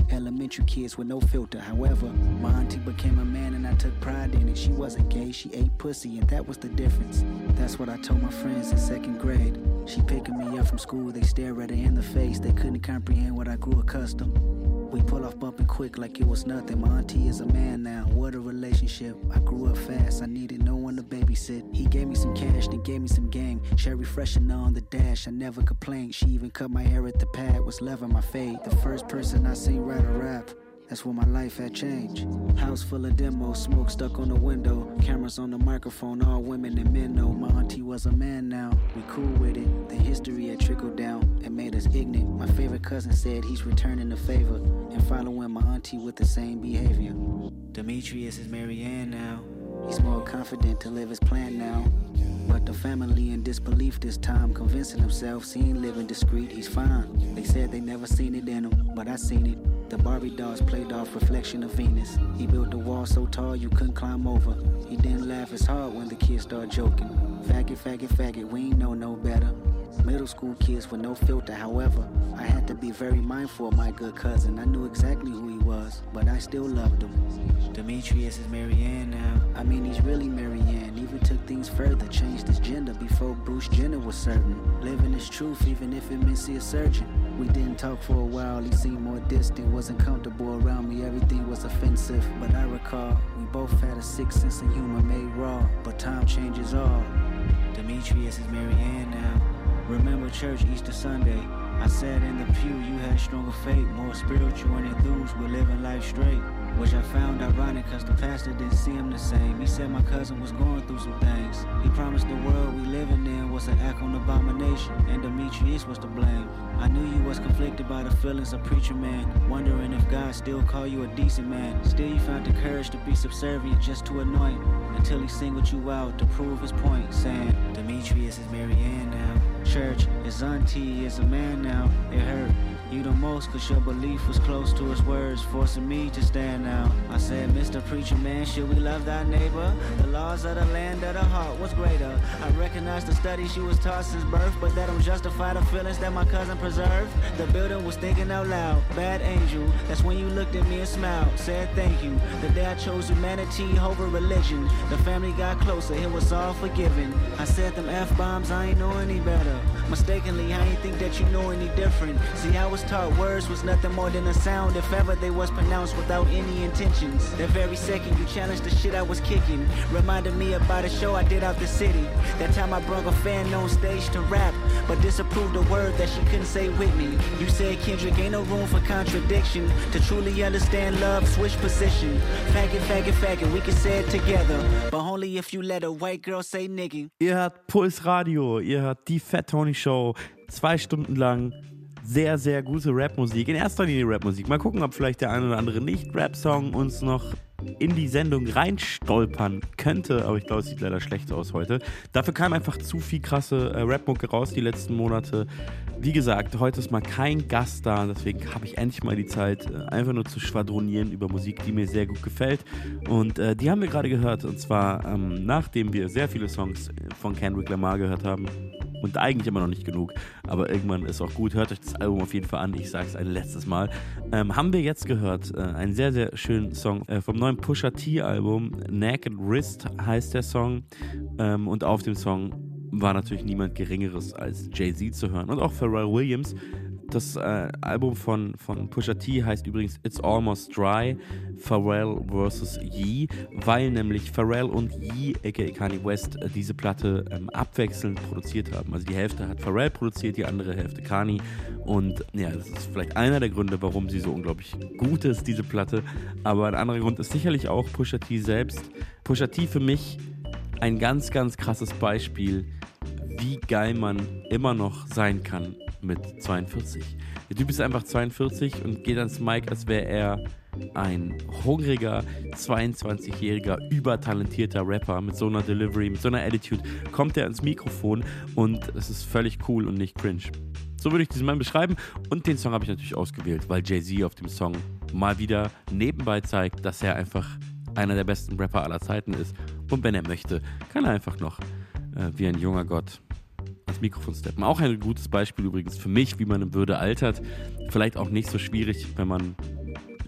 Elementary kids with no filter. However, my auntie became a man and I took pride in it. She wasn't gay, she ate pussy, and that was the difference. That's what I told my friends in second grade. She picking me up from school, they stare at her in the face. They couldn't comprehend what I grew accustomed. We pull off bumping quick like it was nothing. My auntie is a man now, what a relationship. I grew up fast, I needed no one to babysit. He gave me some cash, then gave me some game. Cherry freshener on the dash, I never complained. She even cut my hair at the pad, was loving my fade. The first person I seen write a rap, that's when my life had changed. House full of demos, smoke stuck on the window. Cameras on the microphone, all women and men know. My auntie was a man now, we cool with it. The history had trickled down and made us ignorant. My favorite cousin said he's returning the favor and following my auntie with the same behavior. Demetrius is Marianne now. He's more confident to live his plan now. But the family in disbelief this time, convincing themselves he ain't living discreet, he's fine. They said they never seen it in him, but I seen it. The Barbie dolls played off reflection of Venus. He built a wall so tall you couldn't climb over. He didn't laugh as hard when the kids started joking. Faggot, faggot, faggot, we ain't know no better. Middle school kids with no filter, however, I had to be very mindful of my good cousin. I knew exactly who he was, but I still loved him. Demetrius is Marianne now. I mean, he's really Marianne. Even took things further, changed his gender before Bruce Jenner was certain. Living his truth, even if it meant see a surgeon. We didn't talk for a while, he seemed more distant. Wasn't comfortable around me, everything was offensive. But I recall, we both had a sick sense of humor made raw. But time changes all. Demetrius is Marianne now. Remember church Easter Sunday. I sat in the pew, you had stronger faith, more spiritual and enthused with living life straight. Which I found ironic cause the pastor didn't see him the same. He said my cousin was going through some things. He promised the world we living in was an act on abomination, and Demetrius was to blame. I knew you was conflicted by the feelings of preacher man, wondering if God still call you a decent man. Still you found the courage to be subservient just to anoint, until he singled you out to prove his point, saying Demetrius is Marianne now. Church, his auntie is a man now. It hurt you the most cause your belief was close to his words, forcing me to stand out. I said, Mister Preacher Man, should we love thy neighbor? The laws of the land of the heart was greater. I recognize the studies you was taught since birth, but that don't justify the feelings that my cousin preserved. The building was thinking out loud, bad angel. That's when you looked at me and smiled, said thank you. The day I chose humanity over religion, the family got closer, it was all forgiven. I said them F-bombs, I ain't know any better. Mistakenly, I ain't think that you know any different. See, I was taught words was nothing more than a sound, if ever they was pronounced without any intentions. The very second you challenged the shit I was kicking, reminded me about a show I did out the city. That time I brought a fan on stage to rap, but disapproved a word that she couldn't say with me. You said, Kendrick, ain't no room for contradiction. To truly understand love, switch position. Faggot, faggot, faggot, we can say it together, but only if you let a white girl say nigga. Ihr hört Puls Radio, ihr hört die Fat Tony Show, zwei Stunden lang sehr, sehr gute Rapmusik, in erster Linie Rapmusik. Mal gucken, ob vielleicht der ein oder andere Nicht-Rap-Song uns noch in die Sendung reinstolpern könnte, aber ich glaube, es sieht leider schlecht aus heute. Dafür kam einfach zu viel krasse äh, Rap-Mucke raus die letzten Monate. Wie gesagt, heute ist mal kein Gast da, deswegen habe ich endlich mal die Zeit, äh, einfach nur zu schwadronieren über Musik, die mir sehr gut gefällt. Und äh, die haben wir gerade gehört, und zwar ähm, nachdem wir sehr viele Songs von Kendrick Lamar gehört haben. Und eigentlich immer noch nicht genug, aber irgendwann ist auch gut. Hört euch das Album auf jeden Fall an, ich sage es ein letztes Mal. Ähm, haben wir jetzt gehört, äh, einen sehr, sehr schönen Song äh, vom neuen Pusha T-Album. Naked Wrist heißt der Song. Ähm, und auf dem Song war natürlich niemand Geringeres als Jay-Z zu hören. Und auch Pharrell Williams. Das äh, Album von, von Pusha T heißt übrigens It's Almost Dry, Pharrell versus. Ye, weil nämlich Pharrell und Ye, aka Kanye West, äh, diese Platte ähm, abwechselnd produziert haben. Also die Hälfte hat Pharrell produziert, die andere Hälfte Kanye. Und ja, das ist vielleicht einer der Gründe, warum sie so unglaublich gut ist, diese Platte. Aber ein anderer Grund ist sicherlich auch Pusha T selbst. Pusha T für mich ein ganz, ganz krasses Beispiel, wie geil man immer noch sein kann mit zweiundvierzig. Der Typ ist einfach zweiundvierzig und geht ans Mic, als wäre er ein hungriger, zweiundzwanzigjähriger, übertalentierter Rapper mit so einer Delivery, mit so einer Attitude. Kommt er ans Mikrofon und es ist völlig cool und nicht cringe. So würde ich diesen Mann beschreiben, und den Song habe ich natürlich ausgewählt, weil Jay-Z auf dem Song mal wieder nebenbei zeigt, dass er einfach einer der besten Rapper aller Zeiten ist, und wenn er möchte, kann er einfach noch äh, wie ein junger Gott ans Mikrofon steppen. Auch ein gutes Beispiel übrigens für mich, wie man in Würde altert. Vielleicht auch nicht so schwierig, wenn man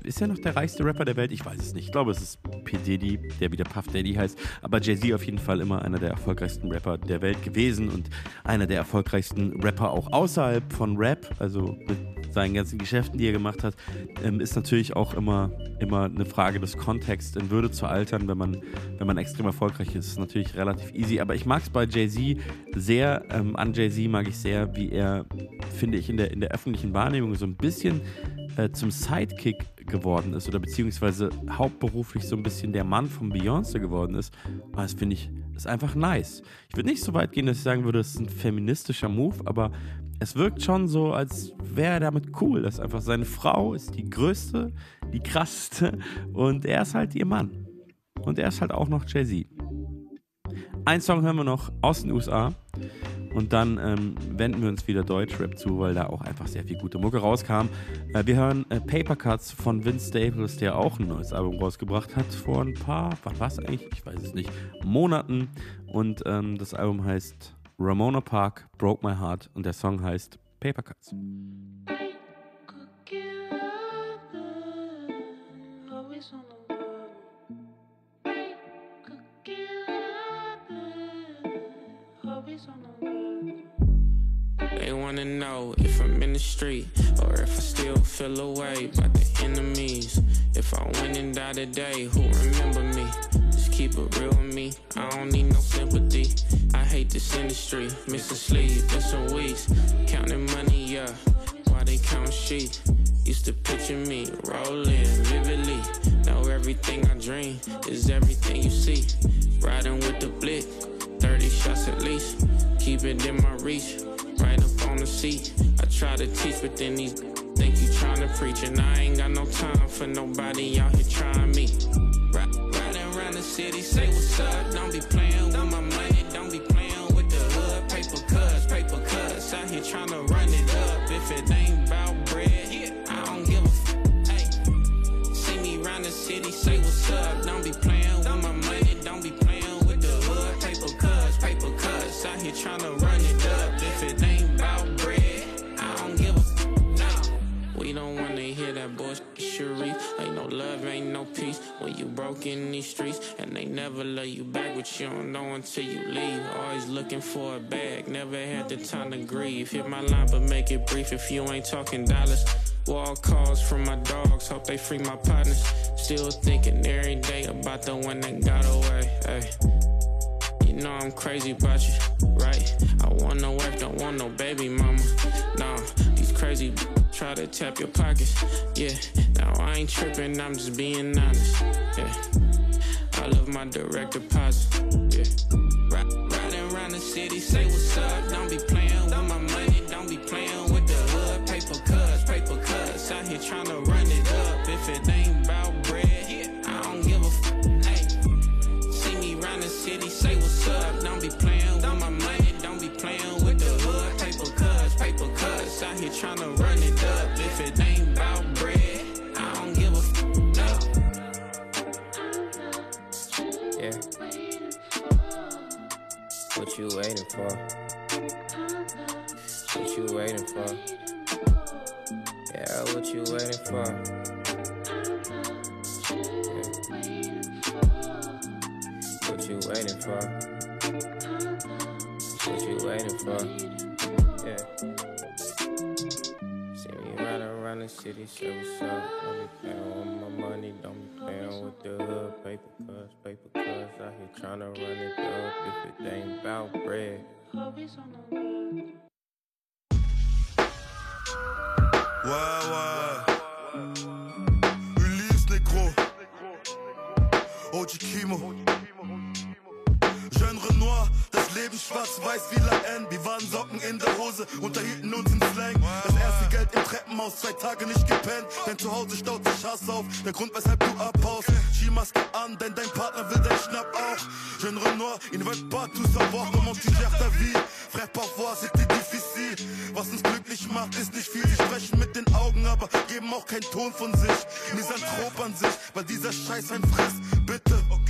ist er noch der reichste Rapper der Welt? Ich weiß es nicht. Ich glaube, es ist P. Diddy, der wieder Puff Daddy heißt. Aber Jay-Z auf jeden Fall immer einer der erfolgreichsten Rapper der Welt gewesen und einer der erfolgreichsten Rapper auch außerhalb von Rap, also mit seinen ganzen Geschäften, die er gemacht hat, ähm, ist natürlich auch immer, immer eine Frage des Kontexts, in Würde zu altern, wenn man, wenn man extrem erfolgreich ist. Ist natürlich relativ easy, aber ich mag es bei Jay-Z sehr, ähm, an Jay-Z mag ich sehr, wie er, finde ich, in der, in der öffentlichen Wahrnehmung so ein bisschen äh, zum Sidekick geworden ist oder beziehungsweise hauptberuflich so ein bisschen der Mann von Beyoncé geworden ist. Und das finde ich, ist einfach nice. Ich würde nicht so weit gehen, dass ich sagen würde, das ist ein feministischer Move, aber es wirkt schon so, als wäre er damit cool, dass einfach seine Frau ist die größte, die krasseste und er ist halt ihr Mann. Und er ist halt auch noch Jay-Z. Ein Song hören wir noch aus den U S A und dann ähm, wenden wir uns wieder Deutschrap zu, weil da auch einfach sehr viel gute Mucke rauskam. Äh, wir hören äh, Paper Cuts von Vince Staples, der auch ein neues Album rausgebracht hat vor ein paar, was war es eigentlich? Ich weiß es nicht, Monaten. Und ähm, das Album heißt Ramona Park, Broke My Heart und der Song heißt Paper Cuts. They wanna know if I'm in the street or if I still feel away about the enemies. If I win and die today, who remember me? Just keep it real with me, I don't need no sympathy. I hate this industry, missing sleep in some weeks. Counting money, yeah, while they count sheep. Used to picture me rolling vividly. Now everything I dream is everything you see. Riding with the blick, thirty shots at least. Keep it in my reach, right up on the seat. I try to teach, but then these think you trying to preach. And I ain't got no time for nobody out here trying me. Ride, riding around the city, say what's up. Don't be playing with my money, don't be playing with the hood. Paper cuts, paper cuts, out here trying to run it up. If it ain't about bread, I don't give a f***. Hey, see me round the city, say what's up. Don't be playing with my money, don't be playing with the hood. Paper cuts, paper cuts, out here trying to run it up. If it ain't about bread, I don't give a f***. No, we don't wanna hear that bullshit, Sharif. Ain't no love, ain't no peace when you broke in these streets. And they never love you back, what you don't know until you leave. Always looking for a bag, never had the time to grieve. Hit my line, but make it brief if you ain't talking dollars. Wall calls from my dogs, hope they free my partners. Still thinking every day about the one that got away. Ay. You know I'm crazy about you, right? I want no wife, don't want no baby mama. Nah, these crazy b- try to tap your pockets. Yeah, now I ain't tripping, I'm just being honest. Yeah, I love my direct deposit. Yeah, Ride, riding around the city, say what's up. Don't be playing with my money, don't be playing with the hood. Paper cuts, paper cuts, out here trying to run it up. If it ain't about bread, I don't give a f***. Hey, see me round the city, say what's up. Don't be playing with my money, don't be playing with the hood. Paper cuts, paper cuts, out here trying to run it up. If it ain't about bread, I don't give a f***. No. Yeah. What you waiting for? What you waiting for? Yeah, what you waiting for? Yeah. What you waiting for? What you waiting for? Yeah. See me run around the city, say what's up. Don't be playing with my money, don't be playing with the hood. Paper cuts, paper cuts, out here trying to run it up. If it ain't about bread. Ouais, ouais. Ulysse Négro. O G Kimo. Jeune Renoir, das Leben schwarz-weiß wie La N. Wir waren Socken in der Hose, unterhielten uns in Slang. Das erste Geld im Treppenhaus, zwei Tage nicht gepennt. Denn zu Hause staut sich Hass auf, der Grund weshalb du abhaust. Skimaske an, denn dein Partner will dein Schnapp auch. Jeune Renoir, ils ne veulent pas tout savoir, comment tu gères ta vie. Frère, parfois c'était difficile. Was uns glücklich macht, ist nicht viel. Sie sprechen mit den Augen, aber geben auch keinen Ton von sich. Misanthrop an sich, weil dieser Scheiß ein Fress. Bitte,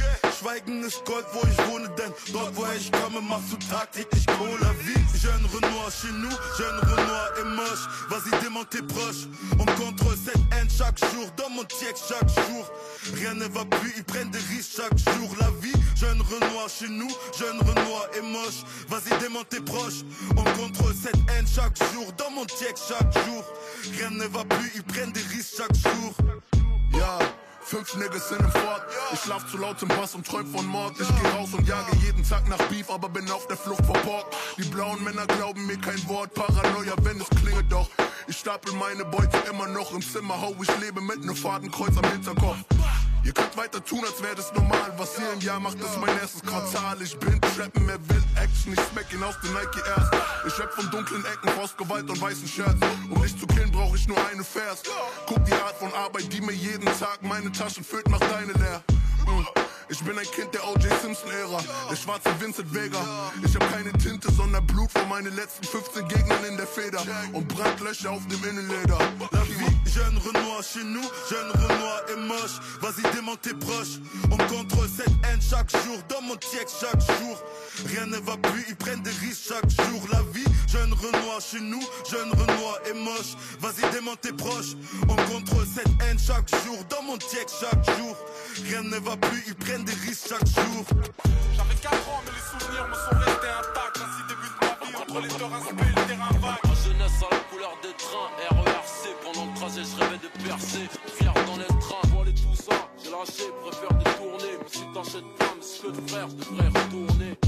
Schweigen ist Gold, wo ich wohne, denn dort, woher ich komme, machst du tagtäglich Cola vie. Jeune Renoir chez nous, jeune Renoir est moche. Vas-y, dément tes proches. On contrôle cette haine chaque jour, dans mon tiec chaque jour. Rien ne va plus, ils prennent des risques chaque jour. La vie, jeune Renoir chez nous, jeune Renoir est moche. Vas-y, dément tes proches. On contrôle cette haine chaque jour, dans mon tiec chaque jour. Rien ne va plus, ils prennent des risques chaque jour. Ja. Fünf Niggas in dem Fort. Ich schlaf zu laut im Bass und träum von Mord. Ich geh raus und jage jeden Tag nach Beef, aber bin auf der Flucht vor Pork. Die blauen Männer glauben mir kein Wort. Paranoia, wenn es klingelt doch. Ich stapel meine Beute immer noch im Zimmer. Ho, ich lebe mit nem Fadenkreuz am Hinterkopf. Ihr könnt weiter tun, als wäre das normal. Was ihr im Jahr macht, ist mein erstes Quartal. Ich bin trappen, mehr will Action. Ich smack ihn aus den Nike Airs. Ich rap von dunklen Ecken, Faustgewalt und weißen Shirts. Um dich zu killen, brauch ich nur eine Vers. Guck die Art von Arbeit, die mir jeden Tag meine Taschen füllt, macht deine leer. Mm. Ich bin ein Kind der O J Simpson-Ära, der schwarze Vincent Vega. Ich hab keine Tinte, sondern Blut von meinen letzten fünfzehn Gegnern in der Feder. Und Brandlöcher auf dem Innenleder. La vie, jeune Renoir chez nous, jeune Renoir est moche. Vas-y, dément tes proches. On contrôle cette haine chaque jour, dans mon tiec chaque jour. Rien ne va plus, ils prennent des risques chaque jour. La vie, jeune Renoir chez nous, jeune Renoir est moche. Vas-y, dément tes proches. On contrôle cette haine chaque jour, dans mon tiec chaque jour. Rien ne va plus, ils prennent des risques chaque jour. J'avais quatre ans mais les souvenirs me sont restés intacts. Ainsi débute ma vie entre les terrains spé et le terrain vague. Ma jeunesse à la couleur des trains, R E R C. Pendant le trajet je rêvais de percer. Fier dans les trains, voiler tout ça. J'ai lâché, préfère détourner. Mais si t'achètes pas mes cheveux de frère, je devrais retourner.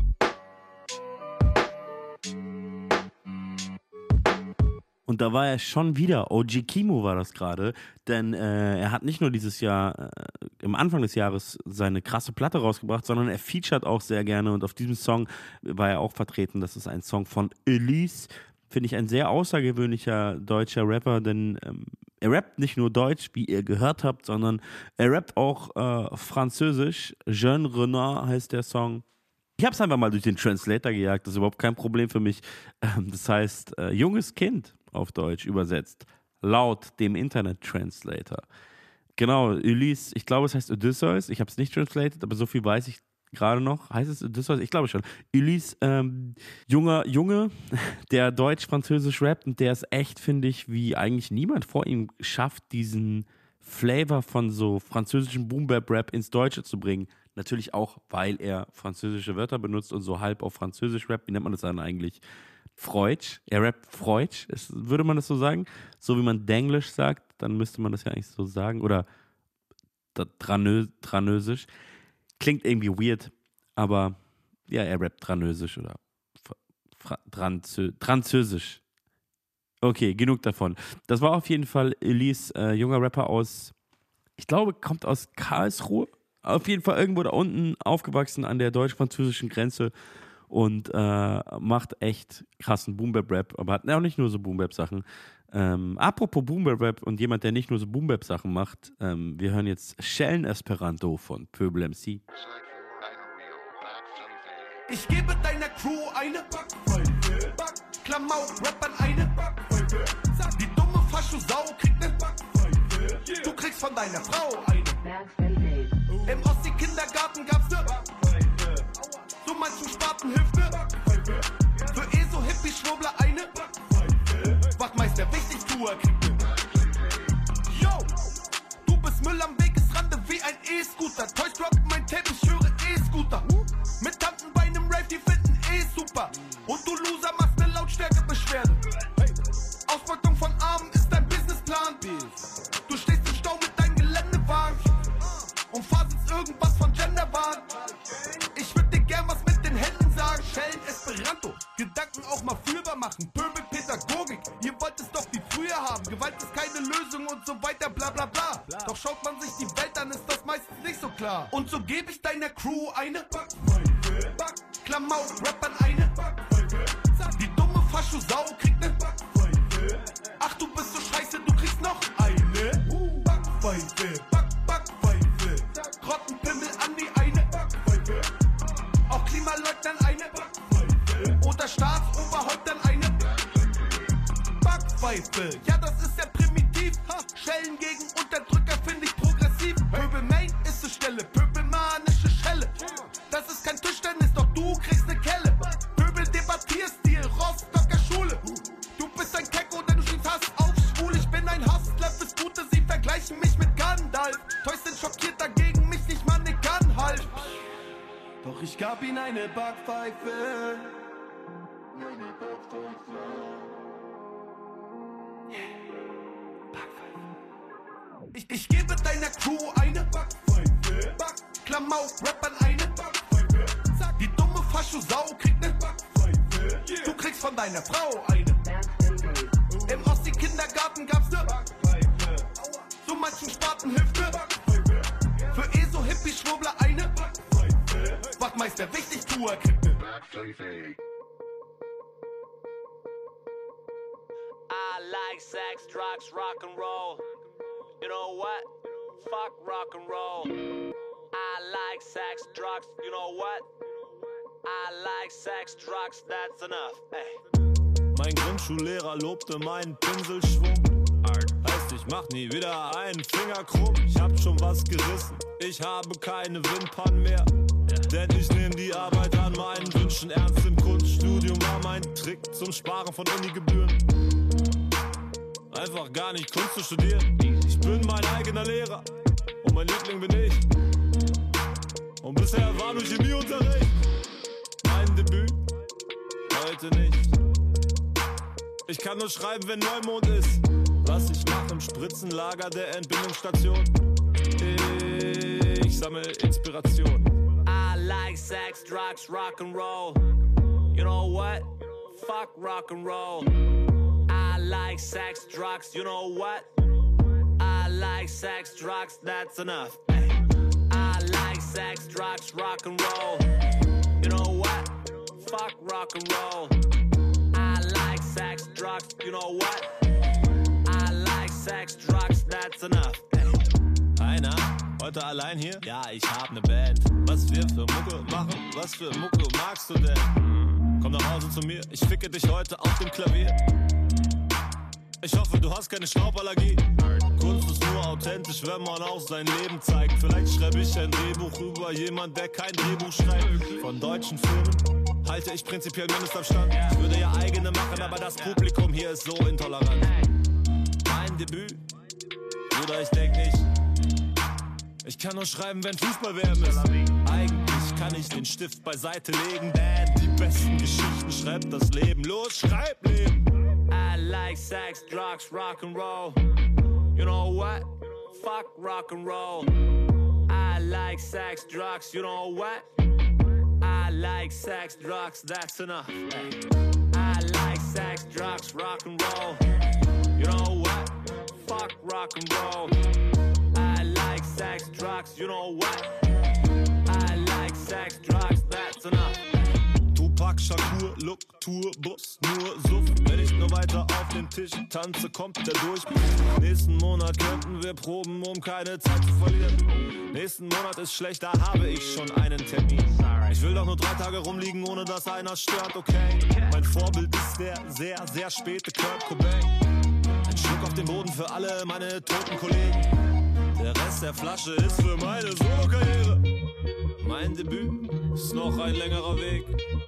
Und da war er schon wieder, O G Kimo war das gerade, denn äh, er hat nicht nur dieses Jahr, äh, im Anfang des Jahres, seine krasse Platte rausgebracht, sondern er featuret auch sehr gerne und auf diesem Song war er auch vertreten. Das ist ein Song von Elise, finde ich ein sehr außergewöhnlicher deutscher Rapper, denn ähm, er rappt nicht nur Deutsch, wie ihr gehört habt, sondern er rappt auch äh, Französisch. Jeune Renoir heißt der Song. Ich habe es einfach mal durch den Translator gejagt, das ist überhaupt kein Problem für mich. Ähm, das heißt, äh, junges Kind auf Deutsch übersetzt, laut dem Internet-Translator. Genau, Ulysse, ich glaube, es heißt Odysseus, ich habe es nicht translated, aber so viel weiß ich gerade noch. Heißt es Odysseus? Ich glaube schon. Ulysse, ähm, junger Junge, der Deutsch-Französisch rappt und der es echt, finde ich, wie eigentlich niemand vor ihm schafft, diesen Flavor von so französischem Boom-Bap-Rap ins Deutsche zu bringen. Natürlich auch, weil er französische Wörter benutzt und so halb auf Französisch rappt. Wie nennt man das dann eigentlich? Freudsch. Er rappt Freudsch, ist, würde man das so sagen? So wie man Denglisch sagt, dann müsste man das ja eigentlich so sagen. Oder Dranö, Dranösisch. Klingt irgendwie weird, aber ja, er rappt Dranösisch oder Franzö, Französisch. Okay, genug davon. Das war auf jeden Fall Elise, äh, junger Rapper aus, ich glaube, kommt aus Karlsruhe. Auf jeden Fall irgendwo da unten aufgewachsen an der deutsch-französischen Grenze und äh, macht echt krassen Boom-Bap-Rap, aber hat auch nicht nur so Boom-Bap-Sachen. Ähm, apropos Boom-Bap-Rap und jemand, der nicht nur so Boom-Bap-Sachen macht, ähm, wir hören jetzt Schellen Esperanto von Pöbel M C. Ich gebe deiner Crew eine Backpfeife, Klamauk, Rappern eine Backpfeife, die dumme Fascho-Sau kriegt ne Backpfeife, du kriegst von deiner Frau eine. Im Ossi-Kindergarten gab's ne Backpfeife, so manchen Spaten hilft ne Backpfeife, für eh so Hippie-Schwurbler eine Backpfeife, Wachmeister wichtig, Tour kriegt ne Backpfeife. Yo, du bist Müll am Wegesrande wie ein E-Scooter, Toys droppen mein Tape, ich höre E-Scooter, mit Tanten bei nem Rave, die finden eh super, und du Loser machst ne Lautstärke-Beschwerde. Ausbeutung von Armen ist dein Businessplan, du stehst im Stau mit deinem Geländewagen und faselst irgendwas von Genderwahn. Ich würd dir gern was mit den Händen sagen. Schellen Esperanto, Gedanken auch mal fühlbar machen. Pöbelpädagogik, ihr wollt es doch wie früher haben. Gewalt ist keine Lösung und so weiter, bla bla bla. Doch schaut man sich die Welt an, ist das meistens nicht so klar. Und so gebe ich deiner Crew eine Backpfeife, Klamauk, Rappern eine Backpfeife, die dumme Fascho-Sau kriegt ne Backpfeife. Ach, du bist so scheiße, du kriegst noch eine Backpfeife, Back, Backpfeife, Grottenpimmel an die eine Backpfeife, auch Klimaleugnern eine Backpfeife oder Staatsoberhäuptern eine Backpfeife. Ja, das ist sehr primitiv, ha. Schellen gegen Unterdrücker finde ich progressiv. Pöbel Main ist so Stelle, pöbelmanische Schelle. gab ihm eine Backpfeife. Ich, ich gebe deiner Crew eine Backpfeife. Backklamauk-Rappern eine Backpfeife. Die dumme Fascho-Sau kriegt ne Backpfeife. Du kriegst von deiner Frau eine. Im Ossi-Kindergarten gab's ne Backpfeife. So manchen Spaten hilft ne Backpfeife. Für eh so Hippie-Schwurbler eine Backpfeife. Wachtmeister wichtig, tu er kriegt ne Backpfeife. I like sex, drugs, rock and roll. You know what? Fuck rock and roll. I like sex, drugs, you know what? I like sex, drugs, that's enough. Ey. Mein Grundschullehrer lobte meinen Pinselschwung. Heißt, ich mach nie wieder einen Finger krumm. Ich hab schon was gerissen, ich habe keine Wimpern mehr. Denn ich nehm die Arbeit an meinen Wünschen ernst. Im Kunststudium war mein Trick zum Sparen von Unigebühren. Einfach gar nicht Kunst zu studieren. Ich bin mein eigener Lehrer und mein Liebling bin ich. Und bisher war nur Chemieunterricht mein Debüt, heute nicht. Ich kann nur schreiben, wenn Neumond ist. Was ich mache im Spritzenlager der Entbindungsstation. Ich sammel Inspiration. I like sex, drugs, rock and roll. You know what? Fuck rock and roll. I like sex, drugs, you know what? I like sex, drugs, that's enough. Ay. I like sex, drugs, rock and roll. You know what? Fuck rock and roll. I like sex, drugs, you know what? I like sex, drugs, that's enough. Ay. Einer, heute allein hier? Ja, ich hab ne Band. Was wir für Mucke machen, was für Mucke magst du denn? Komm nach Hause zu mir, ich ficke dich heute auf dem Klavier. Ich hoffe, du hast keine Schrauballergie. Kunst ist nur authentisch, wenn man auch sein Leben zeigt. Vielleicht schreibe ich ein Drehbuch über jemand, der kein Drehbuch schreibt. Von deutschen Filmen halte ich prinzipiell Mindestabstand. Ich würde ja eigene machen, aber das Publikum hier ist so intolerant. Mein Debüt? Bruder, ich denk nicht. Ich kann nur schreiben, wenn Fußball W M ist. Eigentlich kann ich den Stift beiseite legen, denn die besten Geschichten schreibt das Leben. Los, schreib Leben! I like sex, drugs, rock and roll. You know what? Fuck rock and roll. I like sex, drugs, you know what? I like sex, drugs, that's enough. Ay. I like sex, drugs, rock and roll. You know what? Fuck rock and roll. I like sex, drugs, you know what? I like sex, drugs, that's enough. Tupac, Shakur, Look, Tour, Bus, nur Suff. Wenn ich nur weiter auf den Tisch tanze, kommt der Durchbruch. Nächsten Monat könnten wir proben, um keine Zeit zu verlieren. Nächsten Monat ist schlecht, da habe ich schon einen Termin. Ich will doch nur drei Tage rumliegen, ohne dass einer stört, okay? Mein Vorbild ist der sehr, sehr späte Kurt Cobain. Ein Schluck auf den Boden für alle meine toten Kollegen. Der Rest der Flasche ist für meine Solo-Karriere. Mein Debüt ist noch ein längerer Weg.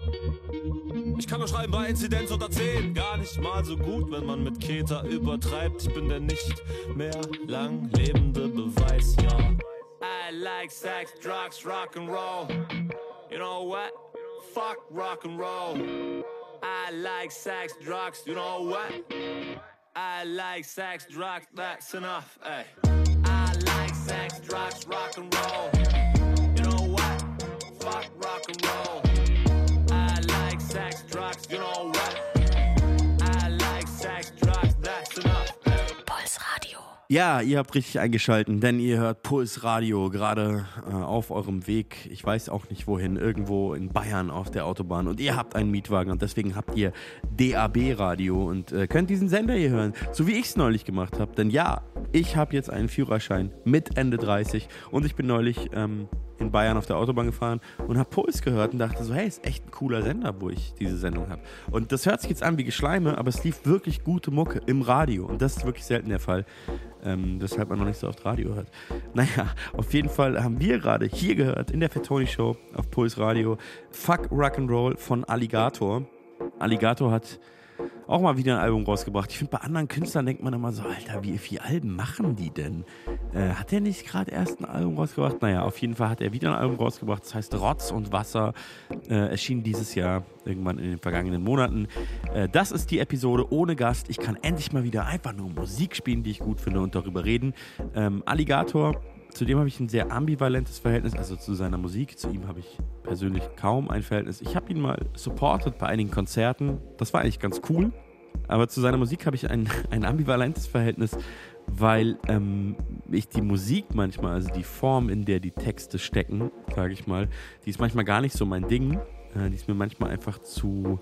Ich kann nur schreiben bei Inzidenz unter zehn. Gar nicht mal so gut, wenn man mit Keter übertreibt. Ich bin der nicht mehr lang lebende Beweis, ja. I like sex, drugs, rock and roll. You know what? Fuck rock and roll. I like sex, drugs, you know what? I like sex, drugs, that's enough. Ay. I like sex, drugs, rock and roll. You know what? Fuck rock and roll. I like sex, drugs, you know what? I like sex, drugs, that's enough. Puls Radio. Ja, ihr habt richtig eingeschaltet, denn ihr hört Puls Radio gerade äh, auf eurem Weg. Ich weiß auch nicht wohin, irgendwo in Bayern auf der Autobahn. Und ihr habt einen Mietwagen und deswegen habt ihr D A B Radio und äh, könnt diesen Sender hier hören, so wie ich es neulich gemacht habe. Denn ja, ich habe jetzt einen Führerschein mit Ende dreißig und ich bin neulich ähm, in Bayern auf der Autobahn gefahren und habe Puls gehört und dachte so, hey, ist echt ein cooler Sender, wo ich diese Sendung habe. Und das hört sich jetzt an wie Geschleime, aber es lief wirklich gute Mucke im Radio und das ist wirklich selten der Fall, ähm, weshalb man noch nicht so oft Radio hört. Naja, auf jeden Fall haben wir gerade hier gehört in der Fettoni Show auf Puls Radio Fuck Rock'n'Roll von Alligator. Alligator hat auch mal wieder ein Album rausgebracht. Ich finde, bei anderen Künstlern denkt man immer so, Alter, wie viele Alben machen die denn? Äh, hat er nicht gerade erst ein Album rausgebracht? Naja, auf jeden Fall hat er wieder ein Album rausgebracht. Das heißt Rotz und Wasser. Äh, erschien dieses Jahr, irgendwann in den vergangenen Monaten. Äh, das ist die Episode ohne Gast. Ich kann endlich mal wieder einfach nur Musik spielen, die ich gut finde und darüber reden. Ähm, Alligator, zu dem habe ich ein sehr ambivalentes Verhältnis, also zu seiner Musik. Zu ihm habe ich persönlich kaum ein Verhältnis. Ich habe ihn mal supportet bei einigen Konzerten. Das war eigentlich ganz cool. Aber zu seiner Musik habe ich ein, ein ambivalentes Verhältnis, weil ähm, ich die Musik manchmal, also die Form, in der die Texte stecken, sage ich mal, die ist manchmal gar nicht so mein Ding. Äh, die ist mir manchmal einfach zu,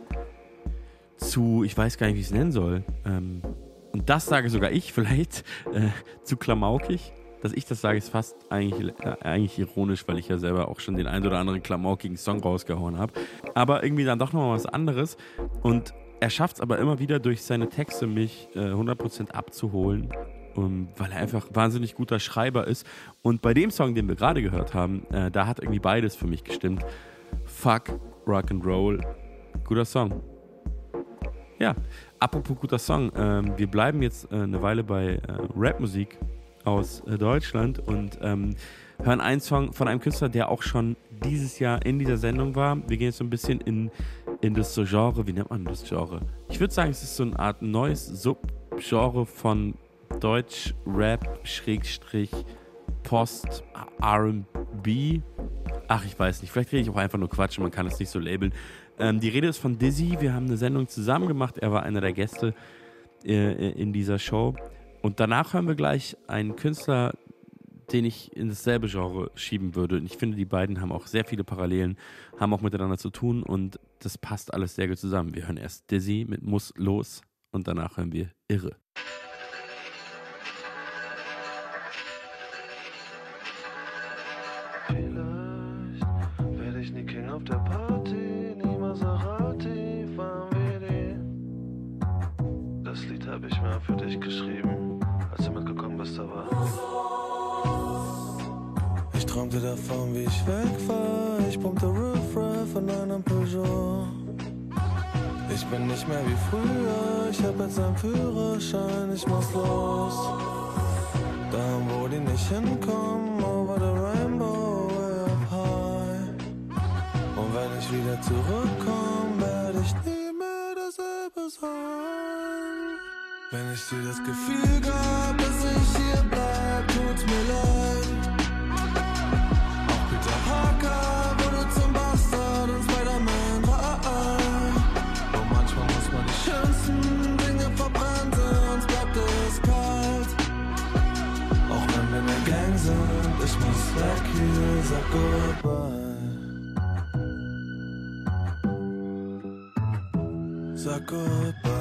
zu, ich weiß gar nicht, wie ich es nennen soll. Ähm, und das sage sogar ich vielleicht, äh, zu klamaukig. Dass ich das sage, ist fast eigentlich, äh, eigentlich ironisch, weil ich ja selber auch schon den ein oder anderen klamaukigen Song rausgehauen habe. Aber irgendwie dann doch nochmal was anderes. Und er schafft es aber immer wieder durch seine Texte, mich äh, hundert Prozent abzuholen, um, weil er einfach wahnsinnig guter Schreiber ist. Und bei dem Song, den wir gerade gehört haben, äh, da hat irgendwie beides für mich gestimmt. Fuck Rock'n'Roll. Guter Song. Ja, apropos guter Song. Ähm, wir bleiben jetzt äh, eine Weile bei äh, Rapmusik aus äh, Deutschland und ähm, hören einen Song von einem Künstler, der auch schon dieses Jahr in dieser Sendung war. Wir gehen jetzt so ein bisschen in, in das so Genre, wie nennt man das Genre? Ich würde sagen, es ist so eine Art neues Subgenre von Deutsch-Rap, Schrägstrich, Post, R and B. Ach, ich weiß nicht, vielleicht rede ich auch einfach nur Quatsch, man kann es nicht so labeln. Ähm, die Rede ist von Dizzy, wir haben eine Sendung zusammen gemacht, er war einer der Gäste äh, in dieser Show. Und danach hören wir gleich einen Künstler, den ich in dasselbe Genre schieben würde. Und ich finde, die beiden haben auch sehr viele Parallelen, haben auch miteinander zu tun und das passt alles sehr gut zusammen. Wir hören erst Dizzy mit Muss los und danach hören wir Irre. Vielleicht werde ich nie King auf der Party, nie Maserati, fahren wir den. Das Lied habe ich mal für dich geschrieben, als du mitgekommen bist, aber ich träumte davon, wie ich weg war. Ich pumpte Riff Raff von einem Peugeot. Ich bin nicht mehr wie früher, ich hab jetzt einen Führerschein, ich muss los. Da wo die nicht hinkommen, over the rainbow, way up high. Und wenn ich wieder zurückkomme, werde ich nie mehr dasselbe sein. Wenn ich dir das Gefühl gab, dass ich hier bleib, tut's mir leid. Auch Peter Parker wurde zum Bastard und Spider-Man drei. Und manchmal muss man die schönsten Dinge verbrennen, sonst bleibt es kalt. Auch wenn wir in der Gang sind, ich muss weg hier, sag goodbye. Sag goodbye.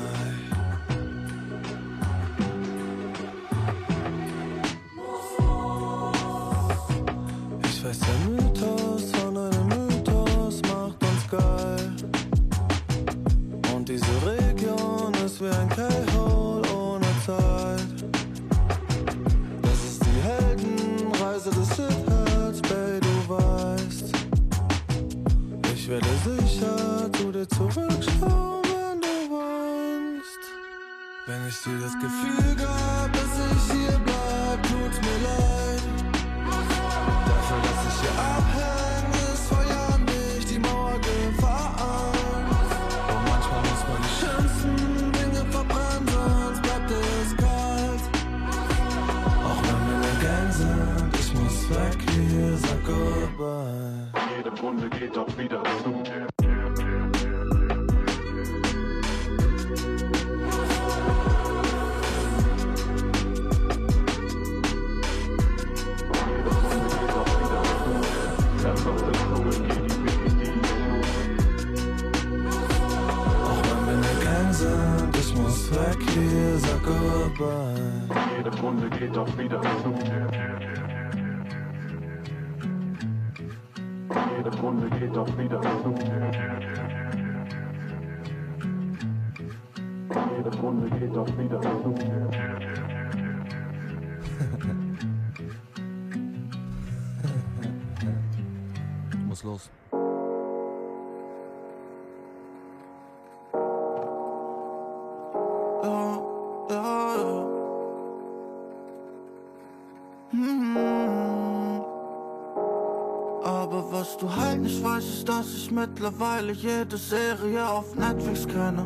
Der Mythos von einem Mythos macht uns geil. Und diese Region ist wie ein K-Hole ohne Zeit. Das ist die Heldenreise des Shitheads, Baby, du weißt. Ich werde sicher zu dir zurückschauen, wenn du weinst. Wenn ich dir das Gefühl gab, dass ich hier bleib, tut's mir leid. Dass ich hier abhänge, ist vor Jahren nicht die Mauer gefallen. Und manchmal muss man die schönsten Dinge verbrennen, sonst bleibt es kalt. Auch wenn wir in der Gang sind, ich muss weg hier, sag goodbye. Jede Runde geht auch wieder zu. Ich muss weg hier, sag goodbye. Jede Runde geht auch wieder zu. Jede Runde geht auch wieder zu. Jede Runde geht auch wieder zu. Muss los. du halt nicht weißt, ist, dass ich mittlerweile jede Serie auf Netflix kenne.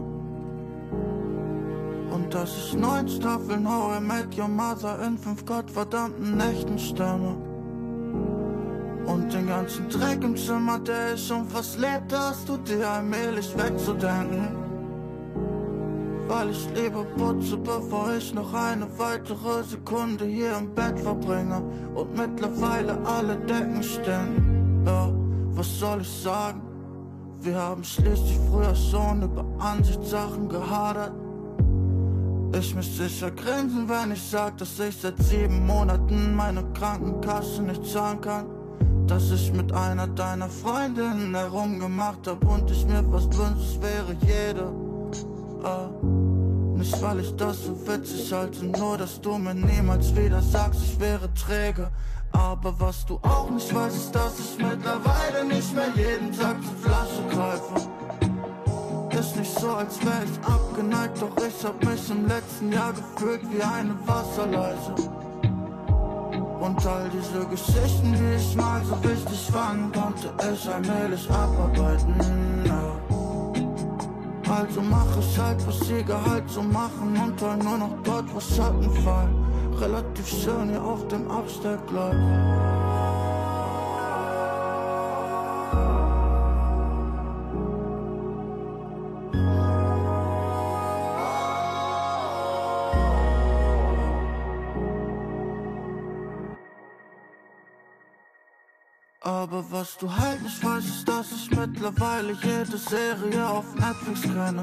Und dass ich neun Staffeln How I Met Your Mother in fünf gottverdammten Nächten stamme. Und den ganzen Dreck im Zimmer, der ich schon fast lebte, hast du dir allmählich wegzudenken. Weil ich lieber putze, bevor ich noch eine weitere Sekunde hier im Bett verbringe. Und mittlerweile alle Decken stehen. Ja, was soll ich sagen? Wir haben schließlich früher schon über Ansichtssachen gehadert. Ich müsste sicher grinsen, wenn ich sag, dass ich seit sieben Monaten meine Krankenkasse nicht zahlen kann. Dass ich mit einer deiner Freundinnen herumgemacht hab und ich mir fast wünsche, es wäre jede. Äh, nicht weil ich das so witzig halte, nur dass du mir niemals wieder sagst, ich wäre träge. Aber was du auch nicht weißt, ist, dass ich mittlerweile nicht mehr jeden Tag zur Flasche greife. Ist nicht so, als wär ich abgeneigt, doch ich hab mich im letzten Jahr gefühlt wie eine Wasserleiche. Und all diese Geschichten, die ich mal so wichtig fand, konnte ich allmählich abarbeiten, ja. Also mach ich halt, was Jäger halt so machen und heul nur noch dort, wo Schatten fallen. Relativ schön hier auf dem Abstellgleis. Aber was du halt nicht weißt, ist, dass ich mittlerweile jede Serie auf Netflix kenne.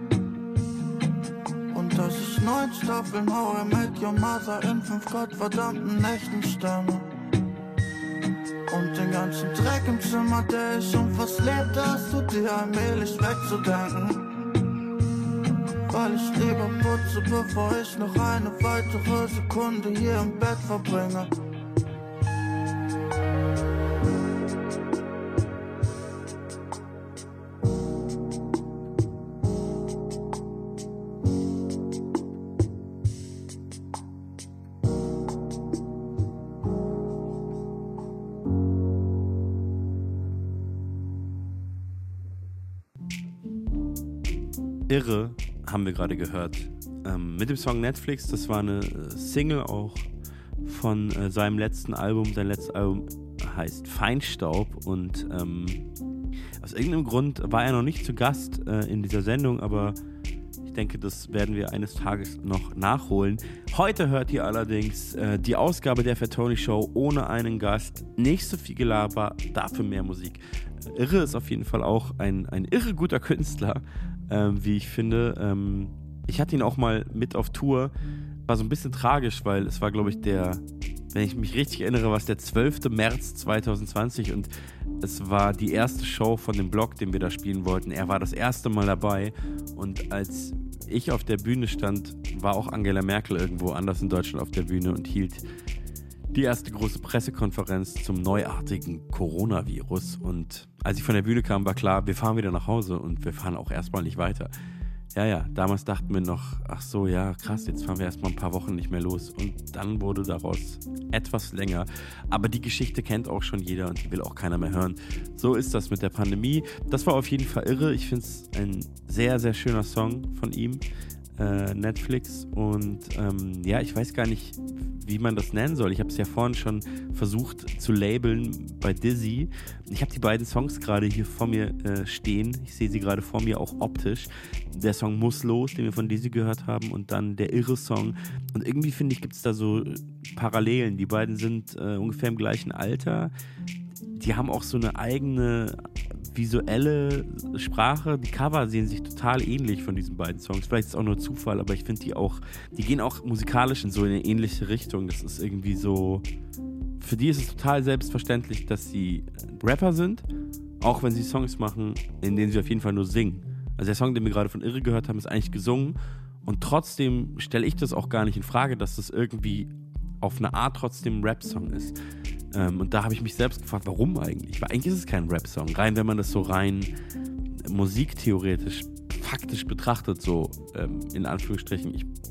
Und dass ich neun Staffeln How I Met Your Mother in fünf gottverdammten Nächten stamme. Und den ganzen Dreck im Zimmer, der ich schon fast lebte, hast du dir allmählich wegzudenken. Weil ich lieber putze, bevor ich noch eine weitere Sekunde hier im Bett verbringe. Irre haben wir gerade gehört. Ähm, mit dem Song Netflix, das war eine äh, Single auch von äh, seinem letzten Album. Sein letztes Album heißt Feinstaub und ähm, aus irgendeinem Grund war er noch nicht zu Gast äh, in dieser Sendung, aber ich denke, das werden wir eines Tages noch nachholen. Heute hört ihr allerdings äh, die Ausgabe der Fat Tony Show ohne einen Gast. Nicht so viel Gelaber, dafür mehr Musik. Irre ist auf jeden Fall auch ein, ein irre guter Künstler. Ähm, wie ich finde. Ähm, ich hatte ihn auch mal mit auf Tour. War so ein bisschen tragisch, weil es war, glaube ich, der, wenn ich mich richtig erinnere, war es der zwölfte März zweitausendzwanzig und es war die erste Show von dem Blog, den wir da spielen wollten. Er war das erste Mal dabei und als ich auf der Bühne stand, war auch Angela Merkel irgendwo anders in Deutschland auf der Bühne und hielt die erste große Pressekonferenz zum neuartigen Coronavirus. Und als ich von der Bühne kam, war klar, wir fahren wieder nach Hause und wir fahren auch erstmal nicht weiter. Ja, ja, damals dachten wir noch, ach so, ja, krass, jetzt fahren wir erstmal ein paar Wochen nicht mehr los. Und dann wurde daraus etwas länger. Aber die Geschichte kennt auch schon jeder und die will auch keiner mehr hören. So ist das mit der Pandemie. Das war auf jeden Fall irre. Ich finde es ein sehr, sehr schöner Song von ihm. Äh, Netflix und ähm, ja, ich weiß gar nicht, wie man das nennen soll. Ich habe es ja vorhin schon versucht zu labeln bei Dizzy. Ich habe die beiden Songs gerade hier vor mir äh, stehen. Ich sehe sie gerade vor mir auch optisch. Der Song Muss los, den wir von Dizzy gehört haben und dann der irre Song. Und irgendwie finde ich, gibt es da so Parallelen. Die beiden sind äh, ungefähr im gleichen Alter. Die haben auch so eine eigene visuelle Sprache. Die Cover sehen sich total ähnlich von diesen beiden Songs. Vielleicht ist es auch nur Zufall, aber ich finde die auch, die gehen auch musikalisch in so eine ähnliche Richtung. Das ist irgendwie so, für die ist es total selbstverständlich, dass sie Rapper sind, auch wenn sie Songs machen, in denen sie auf jeden Fall nur singen. Also der Song, den wir gerade von Irre gehört haben, ist eigentlich gesungen und trotzdem stelle ich das auch gar nicht in Frage, dass das irgendwie auf eine Art trotzdem ein Rap-Song ist. Ähm, und da habe ich mich selbst gefragt, warum eigentlich? Weil eigentlich ist es kein Rap-Song. Rein, wenn man das so rein musiktheoretisch, faktisch betrachtet, so ähm, in Anführungsstrichen. Ich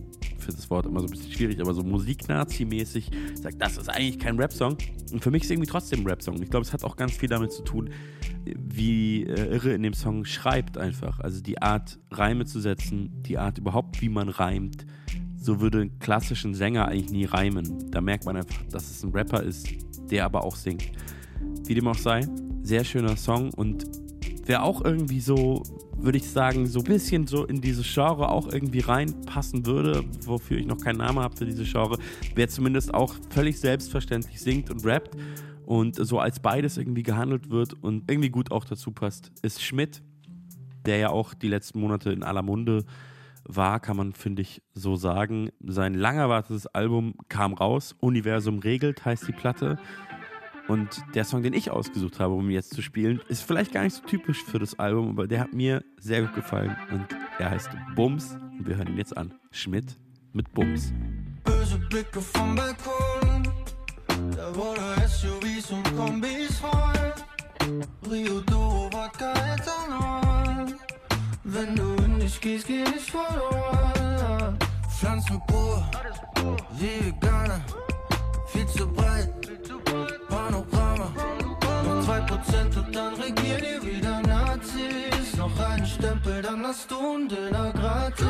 finde das Wort immer so ein bisschen schwierig, aber so Musik-Nazi-mäßig sagt, das ist eigentlich kein Rap-Song. Und für mich ist es irgendwie trotzdem ein Rap-Song. Ich glaube, es hat auch ganz viel damit zu tun, wie äh, Irre in dem Song schreibt einfach. Also die Art, Reime zu setzen, die Art überhaupt, wie man reimt. So würde ein klassischen Sänger eigentlich nie reimen. Da merkt man einfach, dass es ein Rapper ist, der aber auch singt. Wie dem auch sei, sehr schöner Song und wer auch irgendwie so, würde ich sagen, so ein bisschen so in dieses Genre auch irgendwie reinpassen würde, wofür ich noch keinen Namen habe für diese Genre, wer zumindest auch völlig selbstverständlich singt und rappt und so als beides irgendwie gehandelt wird und irgendwie gut auch dazu passt, ist Schmidt, der ja auch die letzten Monate in aller Munde war, kann man, finde ich, so sagen. Sein lang erwartetes Album kam raus, Universum regelt heißt die Platte. Und der Song, den ich ausgesucht habe, um jetzt zu spielen, ist vielleicht gar nicht so typisch für das Album, aber der hat mir sehr gut gefallen. Und er heißt Bums. Und wir hören ihn jetzt an. Schmidt mit Bums. Böse Blicke vom Balkon, da wurde S U Vs und Kombis voll. Rio Doro, Wodka, Ethanol. Wenn du in dich gehst, geh nicht verloren. Pflanzen pur, wie Veganer, viel zu breit. Panorama, noch zwei Prozent und dann regieren die wieder Nazis. Noch einen Stempel, dann hast du einen Dinner gratis.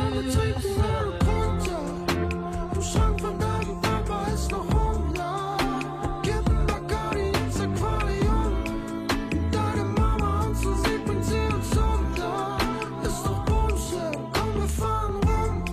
Im Schrank von deinem Papa ist noch Hunger. Gib ein Bacardi ins Aquarium. Deine Mama und so sie bringt sie uns unter. Ist doch Bullshit, komm wir fahren rum.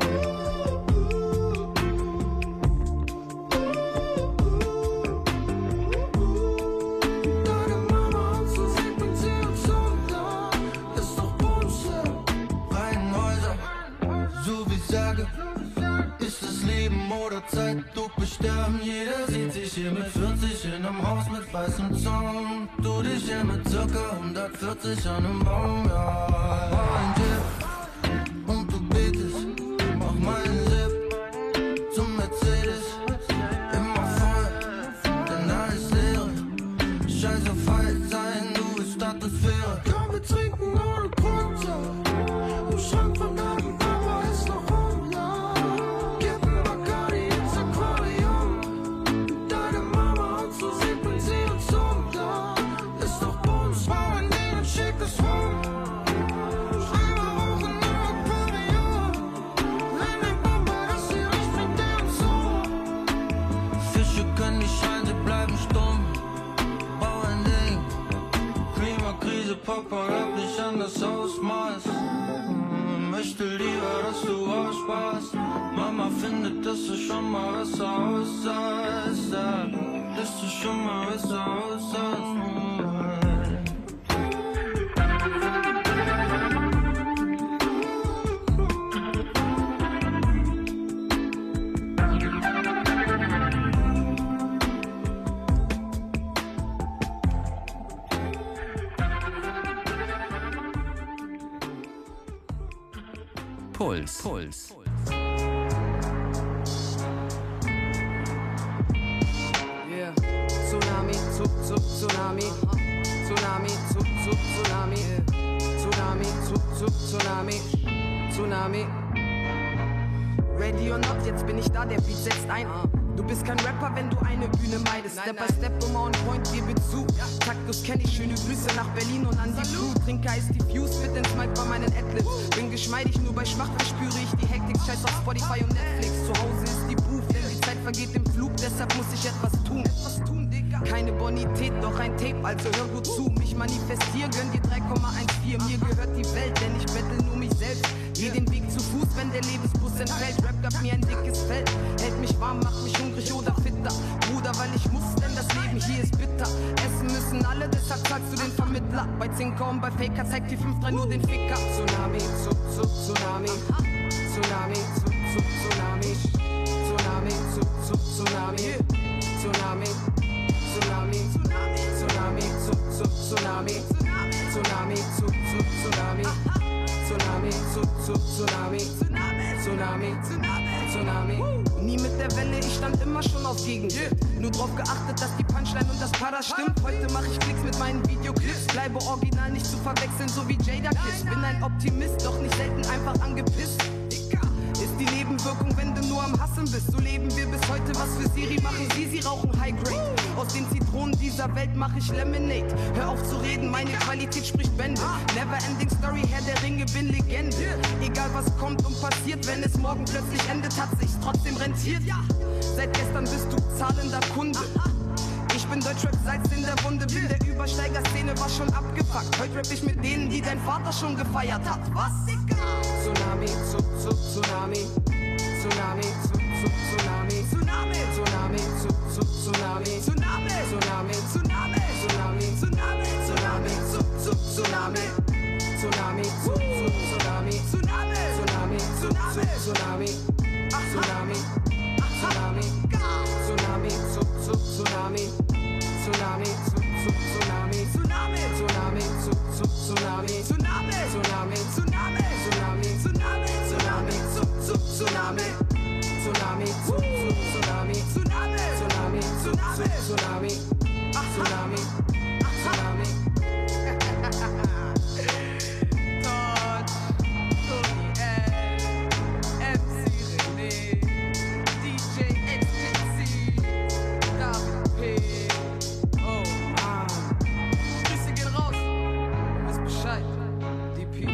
Ist das Leben oder Zeit, du besterben? Jeder sieht sich hier mit vierzig in einem Haus mit weißem Zaun. Du dich hier mit circa hundertvierzig an einem Baum, ja. War ein Tipp und du betest, mach meinen Sip zum Mercedes. Immer voll, denn alles leere. Scheiß auf alt sein, du bist Stratosphäre. Komm, wir trinken ohne Konter. Im Schrank von deinem Papa ist noch Hunger. Gib ein Bacardi ins Aquarium. Deine Mama und so sie bringt sie uns unter. Ist doch Bums, bau in den und schick es rum. Schreiber rauchen in Aquarium. Wenn ein Bomber das hier riecht, bringt der uns um. Fische können nicht schreien, sie bleiben stumm. Bau ein Ding. Klimakrise, Papa, hab nicht an das Ausmaß. Möchte lieber, dass du aussparst. Mama findet, dass du schon mal besser aussahst. Dass du schon mal besser aussahst. Puls. Puls. Yeah. Tsunami, Zug, Zug, Tsunami. Tsunami, Zug, Zug, Tsunami. Tsunami, Zug, Zug, Tsunami. Tsunami. Ready or not, jetzt bin ich da, der Beat setzt ein. Du bist kein Rapper, wenn du eine Bühne meidest. Step by Step, immer on point, gebe zu. Taktus kenn ich, schöne Grüße nach Berlin und an die Crew. Trinke Eis diffuse, fit ins Mic bei meinen Adlibs. Bin geschmeidig, nur bei Schwach verspüre ich die Hektik. Scheiß auf Spotify und Netflix. Zu Hause ist die Proof, denn die Zeit vergeht im Flug. Deshalb muss ich etwas tun. Etwas tun, Digga. Keine Bonität, doch ein Tape, also hör gut zu. Mich manifestier, gönn dir drei Komma vierzehn. Mir gehört die Welt, denn ich bettel nur mich selbst. Geh den Weg zu Fuß, wenn der Lebensbus entfällt. Rap gab mir ein dickes Feld, hält mich warm, macht mich hungrig oder fitter. Bruder, weil ich muss, denn das Leben hier ist bitter. Essen müssen alle, deshalb zahlst du den Vermittler. Bei Zinker und bei Faker zeigt die fünf drei nur den Ficker. Tsunami, Zug, Zug, Tsunami. Tsunami, Zug, Zug, Tsunami. Tsunami, Zug, Zug, Tsunami. Tsunami, Tsunami. Tsunami, Zug, Zug, Tsunami. Tsunami, Zug, Zug, Tsunami. Tsunami, Zug, Zug, Tsunami. Tsunami, Tsunami. Nie mit der Welle, ich stand immer schon auf Gegengift. Nur drauf geachtet, dass die Punchline und das Para stimmt. Heute mach ich Klicks mit meinen Videoclips. Bleibe original, nicht zu verwechseln, so wie Jada Kiss. Bin ein Optimist, doch nicht selten einfach angepisst. Ist die Leben Wirkung, wenn du nur am Hassen bist. So leben wir bis heute, was für Siri machen sie, sie rauchen High Grade. Aus den Zitronen dieser Welt mache ich Lemonade. Hör auf zu reden, meine Qualität spricht Bände. Never ending Story, Herr der Ringe, bin Legende. Egal was kommt und passiert, wenn es morgen plötzlich endet, hat sich's trotzdem rentiert. Seit gestern bist du zahlender Kunde. Ich bin Deutschrap, Salz in der Wunde. Bin der Übersteiger-Szene, war schon abgefuckt. Heute rapp ich mit denen, die dein Vater schon gefeiert hat. Was? Tsunami, zu, zu, Tsunami. Tsunami, zu, zu, Tsunami. Tsunami, Tsunami, zu, zu, Tsunami. Tsunami, Tsunami, Tsunami. Tsunami, Tsunami, Tsunami, zu, zu, Tsunami. Tsunami, zu, zu, Tsunami. Tsunami, Tsunami, zu, zu, Tsunami. Tsunami, Tsunami, Tsunami, zu, zu, Tsunami. Tsunami, zu, zu, Tsunami. Tsunami, Tsunami, zu, zu, Tsunami. Tsunami, Tsunami, Tsunami. Tsunami, Tsunami, Tsunami, zu, zu, Tsunami. Tsunami, zu, zu, Tsunami. Tsunami, Tsunami, zu, zu, Tsunami. Tsunami, Tsunami. Todd, Tony L, M C René, D J X P C, David P. Oh Mann. Grüße gehen raus. Wisst Bescheid. D P.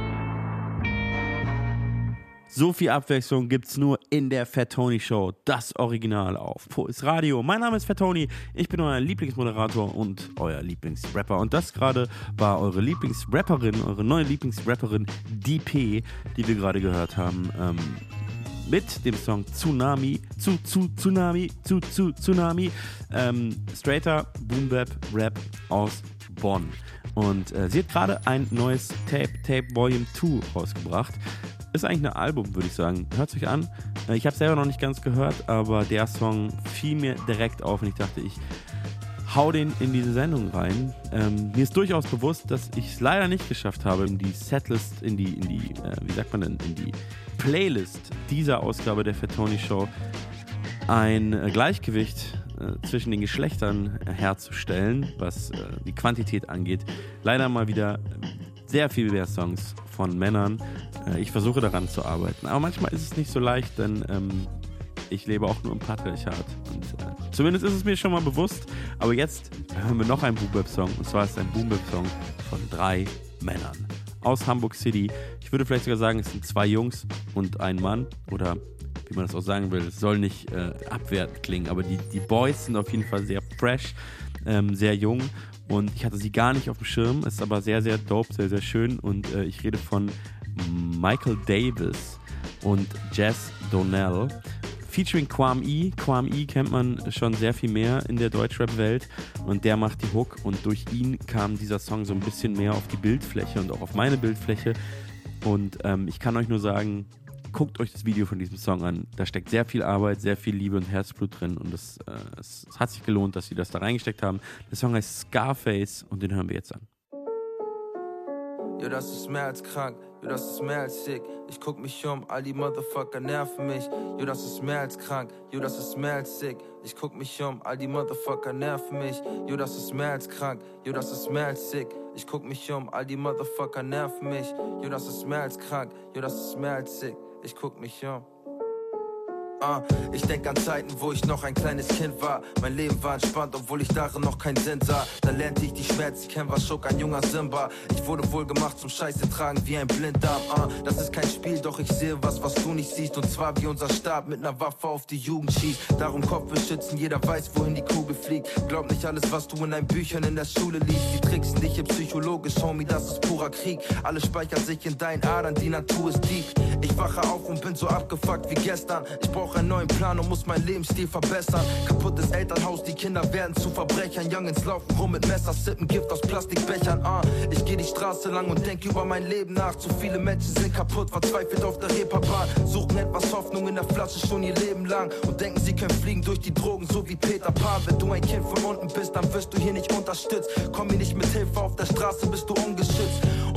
So viel Abwechslung gibt's nur in der Fat Tony Show, das Original auf Puls Radio. Mein Name ist Fat Tony, ich bin euer Lieblingsmoderator und euer Lieblingsrapper. Und das gerade war eure Lieblingsrapperin, eure neue Lieblingsrapperin D P, die wir gerade gehört haben, ähm, mit dem Song Tsunami, zu, zu, Tsunami, zu, zu, Tsunami. Ähm, straighter Boom-Bap-Rap aus Bonn. Und äh, sie hat gerade ein neues Tape, Tape Volume zwei rausgebracht. Ist eigentlich ein Album, würde ich sagen. Hört es euch an. Ich habe es selber noch nicht ganz gehört, aber der Song fiel mir direkt auf und ich dachte, ich hau den in diese Sendung rein. Ähm, mir ist durchaus bewusst, dass ich es leider nicht geschafft habe, in die Setlist, in die, in die äh, wie sagt man denn, in die Playlist dieser Ausgabe der Fat Tony Show ein äh, Gleichgewicht äh, zwischen den Geschlechtern herzustellen, was äh, die Quantität angeht. Leider mal wieder sehr viel mehr Songs von Männern. Äh, ich versuche daran zu arbeiten. Aber manchmal ist es nicht so leicht, denn ähm, ich lebe auch nur im Patriarchat. Und äh, zumindest ist es mir schon mal bewusst. Aber jetzt hören wir noch einen Boom-Bap-Song. Und zwar ist es ein Boom-Bap-Song von drei Männern aus Hamburg City. Ich würde vielleicht sogar sagen, es sind zwei Jungs und ein Mann. Oder wie man das auch sagen will, es soll nicht äh, abwertend klingen. Aber die, die Boys sind auf jeden Fall sehr fresh, ähm, sehr jung. Und ich hatte sie gar nicht auf dem Schirm. Es ist aber sehr, sehr dope, sehr, sehr schön. Und äh, ich rede von Michael Davis und Jazz Donnell. Featuring Kwame E. Kwame E. kennt man schon sehr viel mehr in der Deutschrap-Welt. Und der macht die Hook. Und durch ihn kam dieser Song so ein bisschen mehr auf die Bildfläche und auch auf meine Bildfläche. Und ähm, ich kann euch nur sagen, guckt euch das Video von diesem Song an. Da steckt sehr viel Arbeit, sehr viel Liebe und Herzblut drin und es, äh, es, es hat sich gelohnt, dass sie das da reingesteckt haben. Der Song heißt Scarface und den hören wir jetzt an. Jo, das ist mehr als krank, jo, das ist mehr als sick. Ich guck mich um, all die Motherfucker nerven mich. Jo, das ist mehr als krank, jo, das ist mehr als sick. Ich guck mich um, all die Motherfucker nerven mich. Jo, das ist mehr als krank, jo, das ist mehr als sick. Ich guck mich um, all die Motherfucker nerven mich. Jo, das ist mehr als krank, jo, das ist mehr als sick. Ich guck mich um. Uh, ich denk an Zeiten, wo ich noch ein kleines Kind war. Mein Leben war entspannt, obwohl ich darin noch keinen Sinn sah. Da lernte ich die Schmerzen kennen, was schock ein junger Simba. Ich wurde wohl gemacht zum Scheiße tragen wie ein Blinddarm. Uh, das ist kein Spiel, doch ich sehe was, was du nicht siehst. Und zwar wie unser Staat mit ner Waffe auf die Jugend schießt. Darum Kopf beschützen, jeder weiß, wohin die Kugel fliegt. Glaub nicht alles, was du in deinen Büchern in der Schule liest. Die tricksen dich hier psychologisch, Homie, das ist purer Krieg. Alles speichert sich in deinen Adern, die Natur ist tief. Ich wache auf und bin so abgefuckt wie gestern. Ich brauche einen neuen Plan und muss meinen Lebensstil verbessern. Kaputtes Elternhaus, die Kinder werden zu Verbrechern. Youngins laufen rum mit Messer, sippen Gift aus Plastikbechern. Ah, ich geh die Straße lang und denk über mein Leben nach. Zu viele Menschen sind kaputt, verzweifelt auf der Reeperbahn. Suchen etwas Hoffnung in der Flasche schon ihr Leben lang. Und denken, sie können fliegen durch die Drogen, so wie Peter Pan. Wenn du ein Kind von unten bist, dann wirst du hier nicht unterstützt. Komm mir nicht mit Hilfe auf der Straße, bist du ungeschützt. Und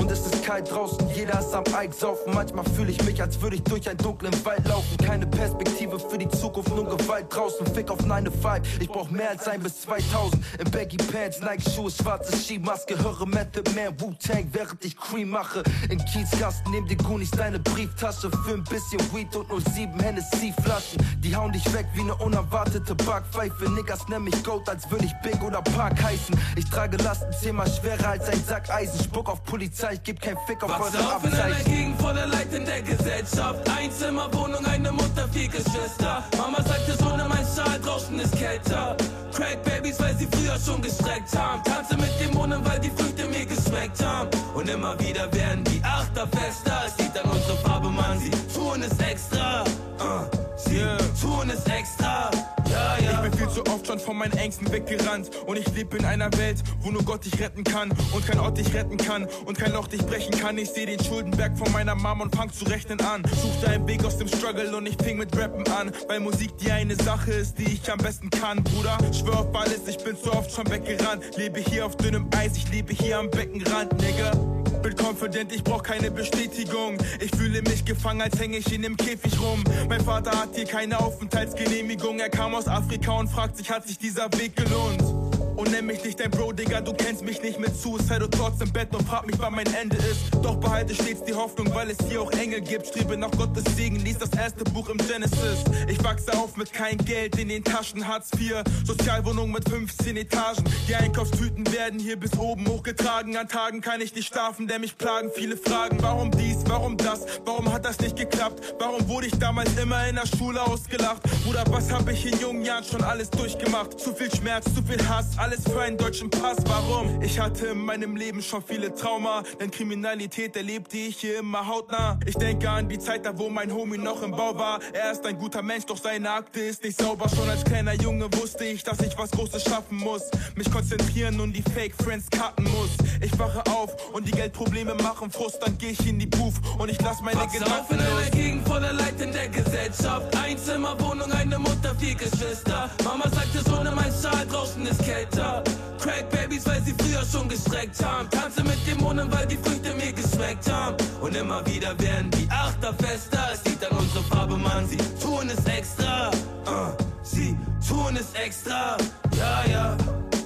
und es ist kalt draußen, jeder ist am Eik saufen. Manchmal fühle ich mich, als würde ich durch einen dunklen Wald laufen. Keine Perspektive für die Zukunft, nur Gewalt draußen. Fick auf neun five, ich brauch mehr als ein bis zweitausend. In Baggy Pants, Nike-Schuhe, schwarze Skimaske. Höre Method Man, Wu-Tang, während ich Cream mache. In Kiezkasten, nehm die Goonies deine Brieftasche. Für ein bisschen Weed und null sieben Hennessy-Flaschen. Die hauen dich weg wie ne unerwartete Backpfeife. Niggas nenn mich Goat, als würde ich Big oder Park heißen. Ich trage Lasten zehnmal schwerer als ein Sack Eisen. Spuck auf Polizei, ich geb kein Fick auf eure Abzeichen. Wachse auf in einer Gegend voller Leid in der Gesellschaft. Einzimmerwohnung, eine Mutter, vier Geschwister. Mama sagte, Sohn, mein Schal draußen ist kälter. Crack-Babys, weil sie früher schon gestreckt haben. Tanze mit Dämonen, weil die Früchte mir geschmeckt haben. Und immer wieder werden die Achter fester. Es liegt an unserer Farbe, Mann, sie tun es extra. Uh, sie yeah. tun es extra. Ja, ja. Ich bin viel zu oft schon von meinen Ängsten weggerannt. Und ich lebe in einer Welt, wo nur Gott dich retten kann. Und kein Ort dich retten kann. Und kein Loch dich brechen kann. Ich seh den Schuldenberg von meiner Mama und fang zu rechnen an. Suchte einen Weg aus dem Struggle und ich fing mit Rappen an. Weil Musik die eine Sache ist, die ich am besten kann, Bruder. Schwör auf alles, ich bin zu oft schon weggerannt. Lebe hier auf dünnem Eis, ich lebe hier am Beckenrand, Nigga. Bin confident, ich brauch keine Bestätigung. Ich fühle mich gefangen, als häng ich in dem Käfig rum. Mein Vater hat hier keine Aufenthaltsgenehmigung. Er kam aus Afrika und fragt sich, hat sich dieser Weg gelohnt? Und nenn mich nicht dein Bro, Digga, du kennst mich nicht mit Suicide und trotz im Bett und frag mich, wann mein Ende ist. Doch behalte stets die Hoffnung, weil es hier auch Engel gibt. Strebe nach Gottes Segen, lies das erste Buch im Genesis. Ich wachse auf mit kein Geld in den Taschen, Hartz vier. Sozialwohnung mit fünfzehn Etagen. Die Einkaufstüten werden hier bis oben hochgetragen. An Tagen kann ich nicht schlafen, denn mich plagen viele Fragen. Warum dies, warum das, warum hat das nicht geklappt? Warum wurde ich damals immer in der Schule ausgelacht? Bruder, was hab ich in jungen Jahren schon alles durchgemacht? Zu viel Schmerz, zu viel Hass, alles für einen deutschen Pass, warum? Ich hatte in meinem Leben schon viele Trauma, denn Kriminalität erlebte ich hier immer hautnah. Ich denke an die Zeit, da wo mein Homie noch im Bau war. Er ist ein guter Mensch, doch seine Akte ist nicht sauber. Schon als kleiner Junge wusste ich, dass ich was Großes schaffen muss. Mich konzentrieren und die Fake Friends cutten muss. Ich wache auf und die Geldprobleme machen Frust, dann geh ich in die Booth und ich lass meine Wachse Gedanken auf in einer Gegend voller Leid in der Gesellschaft. Einzimmerwohnung, eine Mutter, vier Geschwister. Mama sagte, Sohn, mein Schal draußen ist kälter. Crack-Babys, weil sie früher schon gestreckt haben. Tanze mit Dämonen, weil die Früchte mir geschmeckt haben. Und immer wieder werden die Achter fester. Es liegt an unserer Farbe, Mann, sie tun es extra. Uh, sie tun es extra. Ja, ja.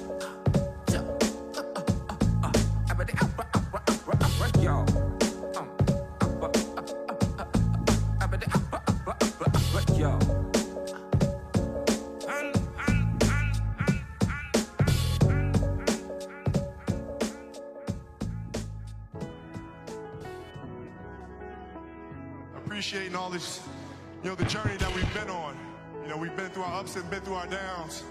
Appreciating all this, you know, the journey that we've been on. You know, we've been through our ups and been through our downs.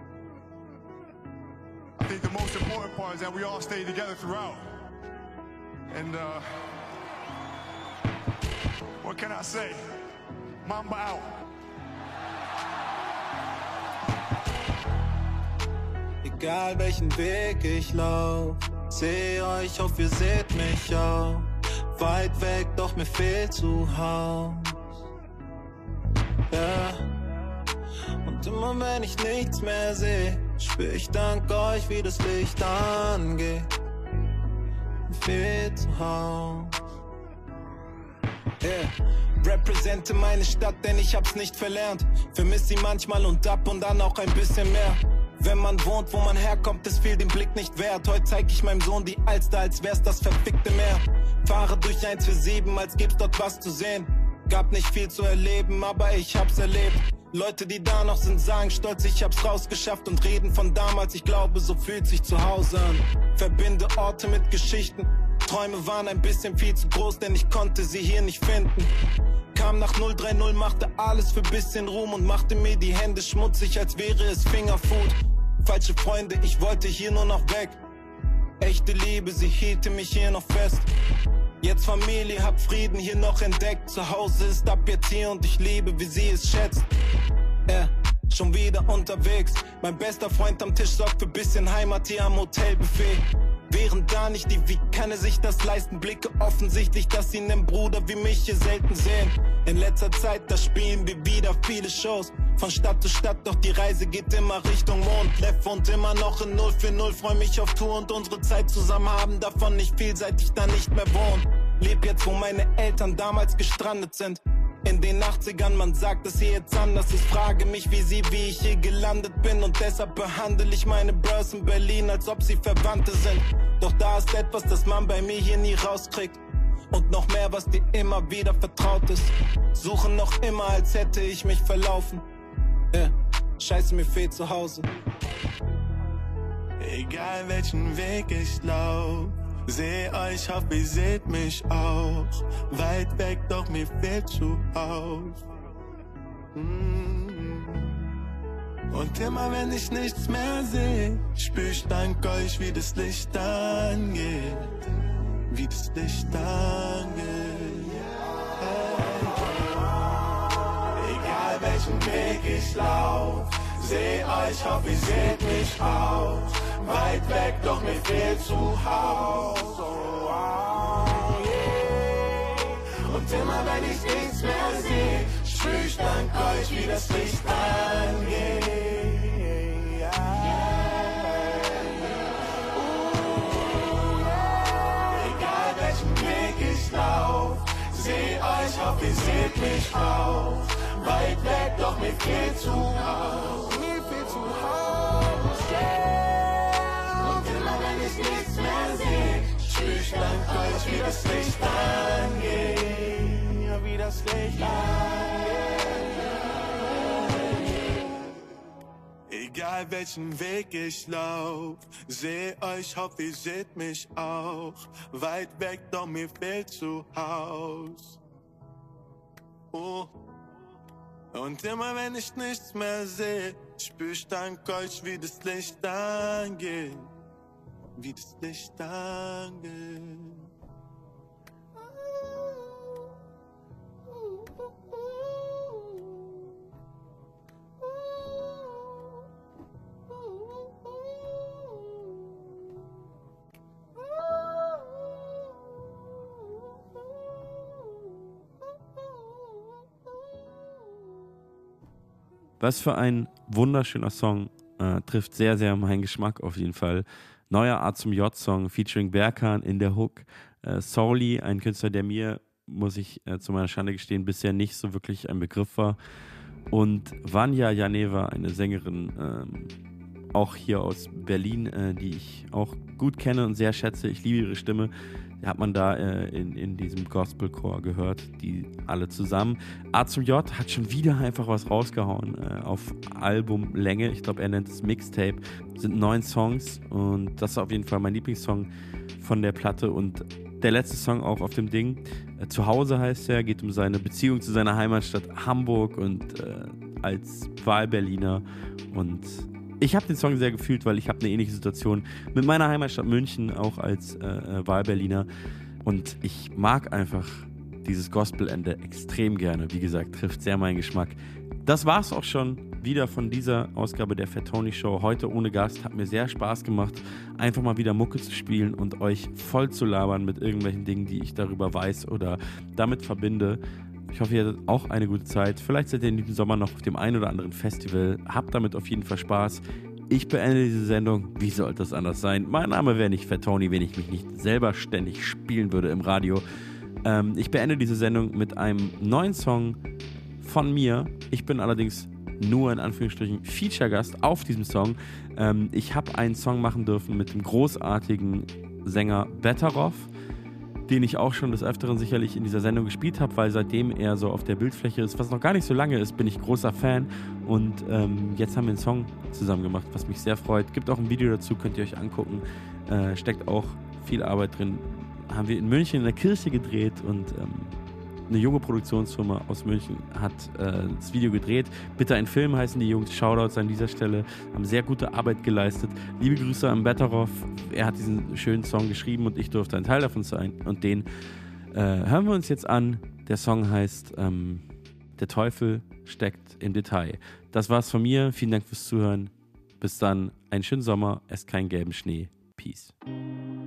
I think the most important part is that we all stay together throughout. And uh, what can I say? Mamba out. Egal welchen Weg ich lauf, seh euch, hoffe ihr seht mich auch. Weit weg, doch mir fehlt zu Haus. Ja. Und immer wenn ich nichts mehr seh, spür ich dank euch, wie das Licht angeht. Mir fehlt zu Haus. Yeah. Represente meine Stadt, denn ich hab's nicht verlernt. Vermiss sie manchmal und ab und an auch ein bisschen mehr. Wenn man wohnt, wo man herkommt, ist viel den Blick nicht wert. Heute zeig ich meinem Sohn die Alster, als wär's das verfickte Meer. Fahre durch eins vier sieben, als gibt's dort was zu sehen. Gab nicht viel zu erleben, aber ich hab's erlebt. Leute, die da noch sind, sagen stolz, ich hab's rausgeschafft und reden von damals. Ich glaube, so fühlt sich zu Hause an. Verbinde Orte mit Geschichten. Träume waren ein bisschen viel zu groß, denn ich konnte sie hier nicht finden. Kam nach null drei null, machte alles für bisschen Ruhm und machte mir die Hände schmutzig, als wäre es Fingerfood. Falsche Freunde, ich wollte hier nur noch weg. Echte Liebe, sie hielte mich hier noch fest. Jetzt Familie, hab Frieden hier noch entdeckt. Zu Hause ist ab jetzt hier und ich liebe, wie sie es schätzt. Äh, schon wieder unterwegs. Mein bester Freund am Tisch sorgt für bisschen Heimat hier am Hotelbuffet. Wären da nicht die, wie kann er sich das leisten? Blicke offensichtlich, dass sie einen Bruder wie mich hier selten sehen. In letzter Zeit, da spielen wir wieder viele Shows. Von Stadt zu Stadt, doch die Reise geht immer Richtung Mond. Lev wohnt immer noch in null vier null, freu mich auf Tour und unsere Zeit zusammen haben davon nicht viel, seit ich da nicht mehr wohne. Leb jetzt, wo meine Eltern damals gestrandet sind. In den achtzigern, man sagt es hier jetzt anders. Ich frage mich, wie sie, wie ich hier gelandet bin. Und deshalb behandle ich meine Bros in Berlin, als ob sie Verwandte sind. Doch da ist etwas, das man bei mir hier nie rauskriegt. Und noch mehr, was dir immer wieder vertraut ist. Suche noch immer, als hätte ich mich verlaufen. Yeah. Scheiße, mir fehlt zu Hause. Egal welchen Weg ich lauf, seh euch, hoff, ihr seht mich auch. Weit weg, doch mir fehlt zu Haus. Mm. Und immer wenn ich nichts mehr seh, spür ich dank euch, wie das Licht angeht. Wie das Licht angeht. Egal welchen Weg ich lauf, seh euch, hoff, ihr seht mich auch. Weit weg, doch mir fehlt zu Haus. Oh, oh, yeah. Und immer wenn ich nichts mehr seh, spür ich dank euch, wie das Licht angeht. Yeah. Uh, yeah. Egal welchen Weg ich lauf, seh euch, hoff, ihr seht mich auch. Weit weg, doch mir fehlt zu Haus. Mir fehlt zu Haus, yeah. Und immer wenn ich nichts mehr seh, spür ich dank euch, wie das Licht angeht. Ja, wie das Licht angeht. Egal welchen Weg ich lauf, seh euch, hoff, ihr seht mich auch. Weit weg, doch mir fehlt zu Haus. Oh. Und immer wenn ich nichts mehr seh, spür ich dank euch, wie das Licht angeht. Wie das Licht angeht. Was für ein wunderschöner Song. Äh, trifft sehr, sehr meinen Geschmack auf jeden Fall. Neuer A zum J-Song featuring Berkan in der Hook. Äh, Souley, ein Künstler, der mir, muss ich äh, zu meiner Schande gestehen, bisher nicht so wirklich ein Begriff war. Und Vanja Janeva, eine Sängerin, ähm, auch hier aus Berlin, äh, die ich auch gut kenne und sehr schätze. Ich liebe ihre Stimme. Die hat man da äh, in, in diesem Gospelchor gehört, die alle zusammen. A zum J hat schon wieder einfach was rausgehauen äh, auf Albumlänge. Ich glaube, er nennt es Mixtape. Das sind neun Songs und das ist auf jeden Fall mein Lieblingssong von der Platte. Und der letzte Song auch auf dem Ding, äh, Zuhause heißt er, geht um seine Beziehung zu seiner Heimatstadt Hamburg und äh, als Wahlberliner. Und ich habe den Song sehr gefühlt, weil ich habe eine ähnliche Situation mit meiner Heimatstadt München, auch als äh, Wahlberliner. Und ich mag einfach dieses Gospelende extrem gerne. Wie gesagt, trifft sehr meinen Geschmack. Das war's auch schon wieder von dieser Ausgabe der Fat Tony Show. Heute ohne Gast. Hat mir sehr Spaß gemacht, einfach mal wieder Mucke zu spielen und euch voll zu labern mit irgendwelchen Dingen, die ich darüber weiß oder damit verbinde. Ich hoffe, ihr hattet auch eine gute Zeit. Vielleicht seid ihr in diesem Sommer noch auf dem einen oder anderen Festival. Habt damit auf jeden Fall Spaß. Ich beende diese Sendung. Wie sollte das anders sein? Mein Name wäre nicht Fat Tony, wenn ich mich nicht selber ständig spielen würde im Radio. Ähm, ich beende diese Sendung mit einem neuen Song von mir. Ich bin allerdings nur in Anführungsstrichen Feature-Gast auf diesem Song. Ähm, ich habe einen Song machen dürfen mit dem großartigen Sänger Betteroff, den ich auch schon des Öfteren sicherlich in dieser Sendung gespielt habe, weil seitdem er so auf der Bildfläche ist, was noch gar nicht so lange ist, bin ich großer Fan. Und ähm, jetzt haben wir einen Song zusammen gemacht, was mich sehr freut. Gibt auch ein Video dazu, könnt ihr euch angucken. Äh, steckt auch viel Arbeit drin. Haben wir in München in der Kirche gedreht und ähm, eine junge Produktionsfirma aus München hat äh, das Video gedreht. Bitte ein Film heißen die Jungs. Shoutouts an dieser Stelle. Haben sehr gute Arbeit geleistet. Liebe Grüße an Betteroff. Er hat diesen schönen Song geschrieben und ich durfte ein Teil davon sein. Und den äh, hören wir uns jetzt an. Der Song heißt ähm, Der Teufel steckt im Detail. Das war's von mir. Vielen Dank fürs Zuhören. Bis dann. Einen schönen Sommer. Esst keinen gelben Schnee. Peace.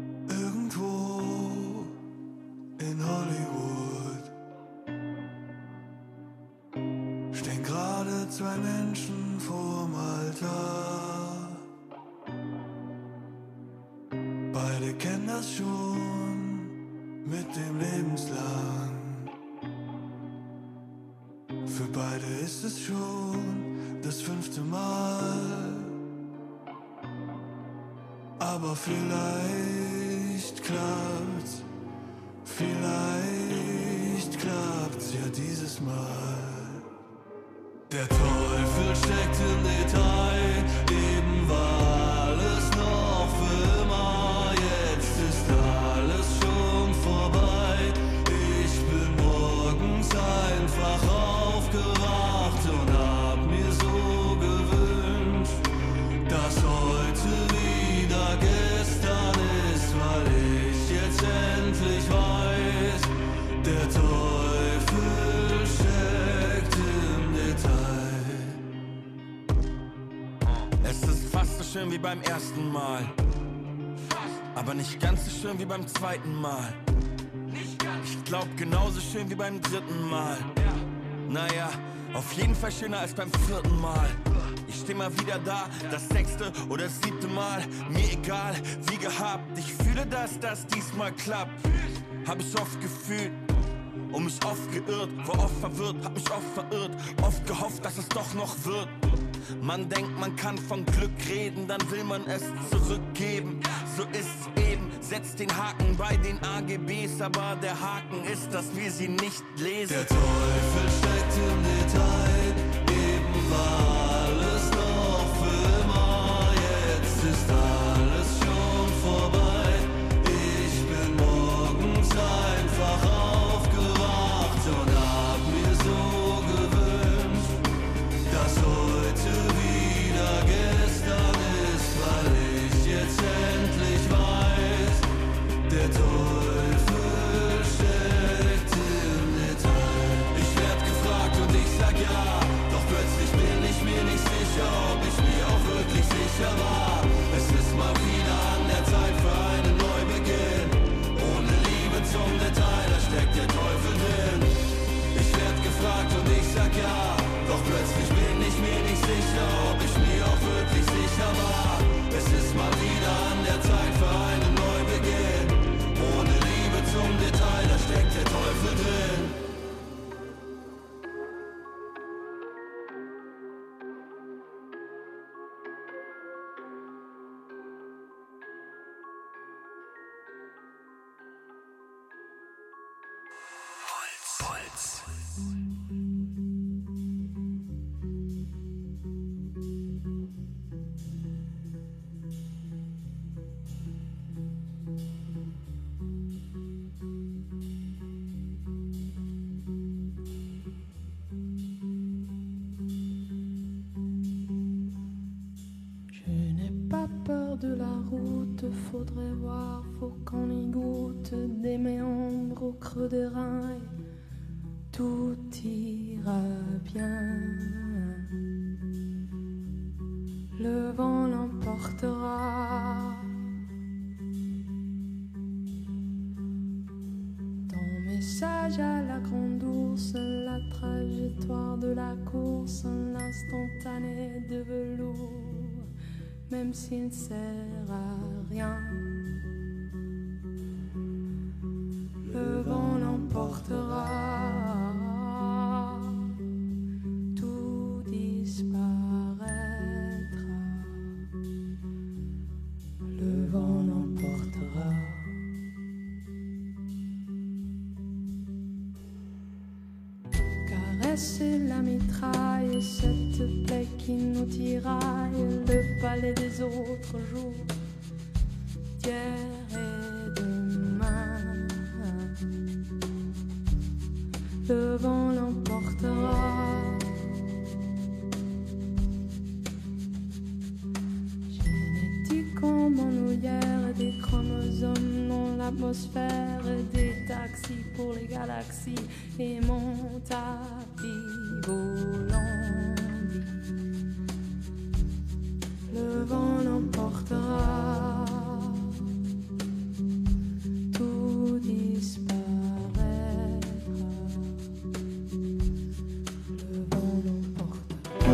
zwei Menschen vorm Altar. Beide kennen das schon mit dem Lebenslang. Für beide ist es schon das fünfte Mal. Aber vielleicht klappt's, vielleicht klappt's ja dieses Mal. Der Teufel steckt im Detail, eben war alles noch für immer, jetzt ist alles schon vorbei. Ich bin morgens einfach aufgewacht und hab mir so gewünscht, dass heute wieder gestern ist, weil ich jetzt endlich weiß, der Teufel steckt im Detail. Es ist fast so schön wie beim ersten Mal, aber nicht ganz so schön wie beim zweiten Mal. Ich glaub genauso schön wie beim dritten Mal. Naja, auf jeden Fall schöner als beim vierten Mal. Ich steh mal wieder da, das sechste oder siebte Mal. Mir egal, wie gehabt. Ich fühle, dass das diesmal klappt. Hab ich oft gefühlt und mich oft geirrt. War oft verwirrt, hab mich oft verirrt. Oft gehofft, dass es doch noch wird. Man denkt, man kann von Glück reden, dann will man es zurückgeben. So ist's eben, setzt den Haken bei den A G Bs, aber der Haken ist, dass wir sie nicht lesen. Der Teufel steckt im Detail, eben war alles noch für immer, jetzt ist alles schon vorbei. Ich bin morgens einfach aufgewacht und hab mir so gewünscht, dass heute wieder gestern ist, weil ich jetzt endlich weiß, der Teufel steckt im Detail. Ich werd gefragt und ich sag ja, doch plötzlich bin ich mir nicht sicher, ob ich mir auch wirklich sicher war. Es ist mal wieder an der Zeit für einen Neubeginn. Ohne Liebe zum Detail, da steckt der Teufel drin. Ich werd gefragt und ich sag ja, doch plötzlich bin ich mir nicht sicher, ob ich mir auch wirklich sicher war. Es ist mal wieder an der Zeit für einen Neubeginn. Ohne Liebe zum Detail, da steckt der Teufel drin. Holz. Je n'ai pas peur de la route, faudrait voir, faut qu'on y goûte des méandres au creux des reins. Tout ira bien. Le vent l'emportera. Ton message à la grande ours, la trajectoire de la course, l'instantané de velours, même s'il ne sert à rien. Le vent l'emportera. Tout disparaîtra. Le vent l'emportera. Caresser la mitraille, cette plaie qui nous tiraille, le palais des autres jours, d'hier et demain. Le vent l'emportera. Génétique en bandoulière, des chromosomes dans l'atmosphère, des taxis pour les galaxies et mon tapis volant. Le vent l'emportera. Tout disparaîtra. Le vent l'emportera.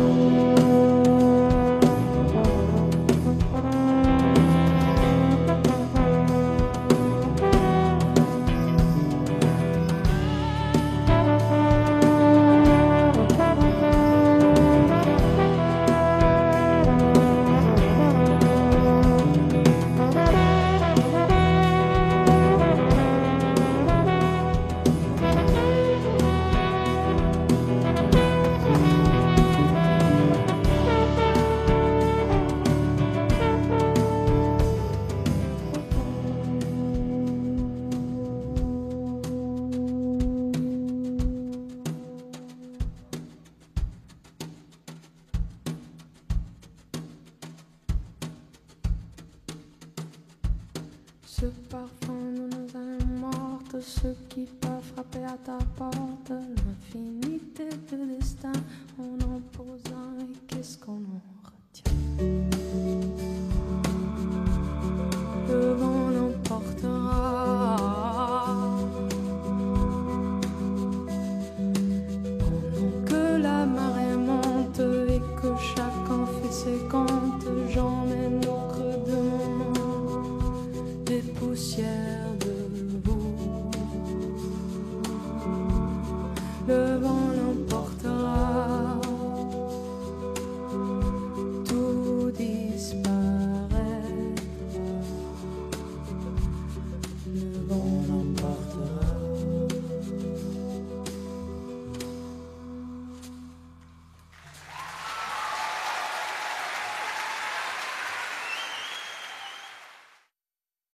Ce parfum de nos âmes mortes, ceux qui peuvent frapper à ta porte, l'infinité de destin, on en pose un et qu'est-ce qu'on en retient? Le vent l'emportera. Pendant que la marée monte et que chacun fait ses comptes, j'emmène au creux de mon nom des poussières de vous. Le vent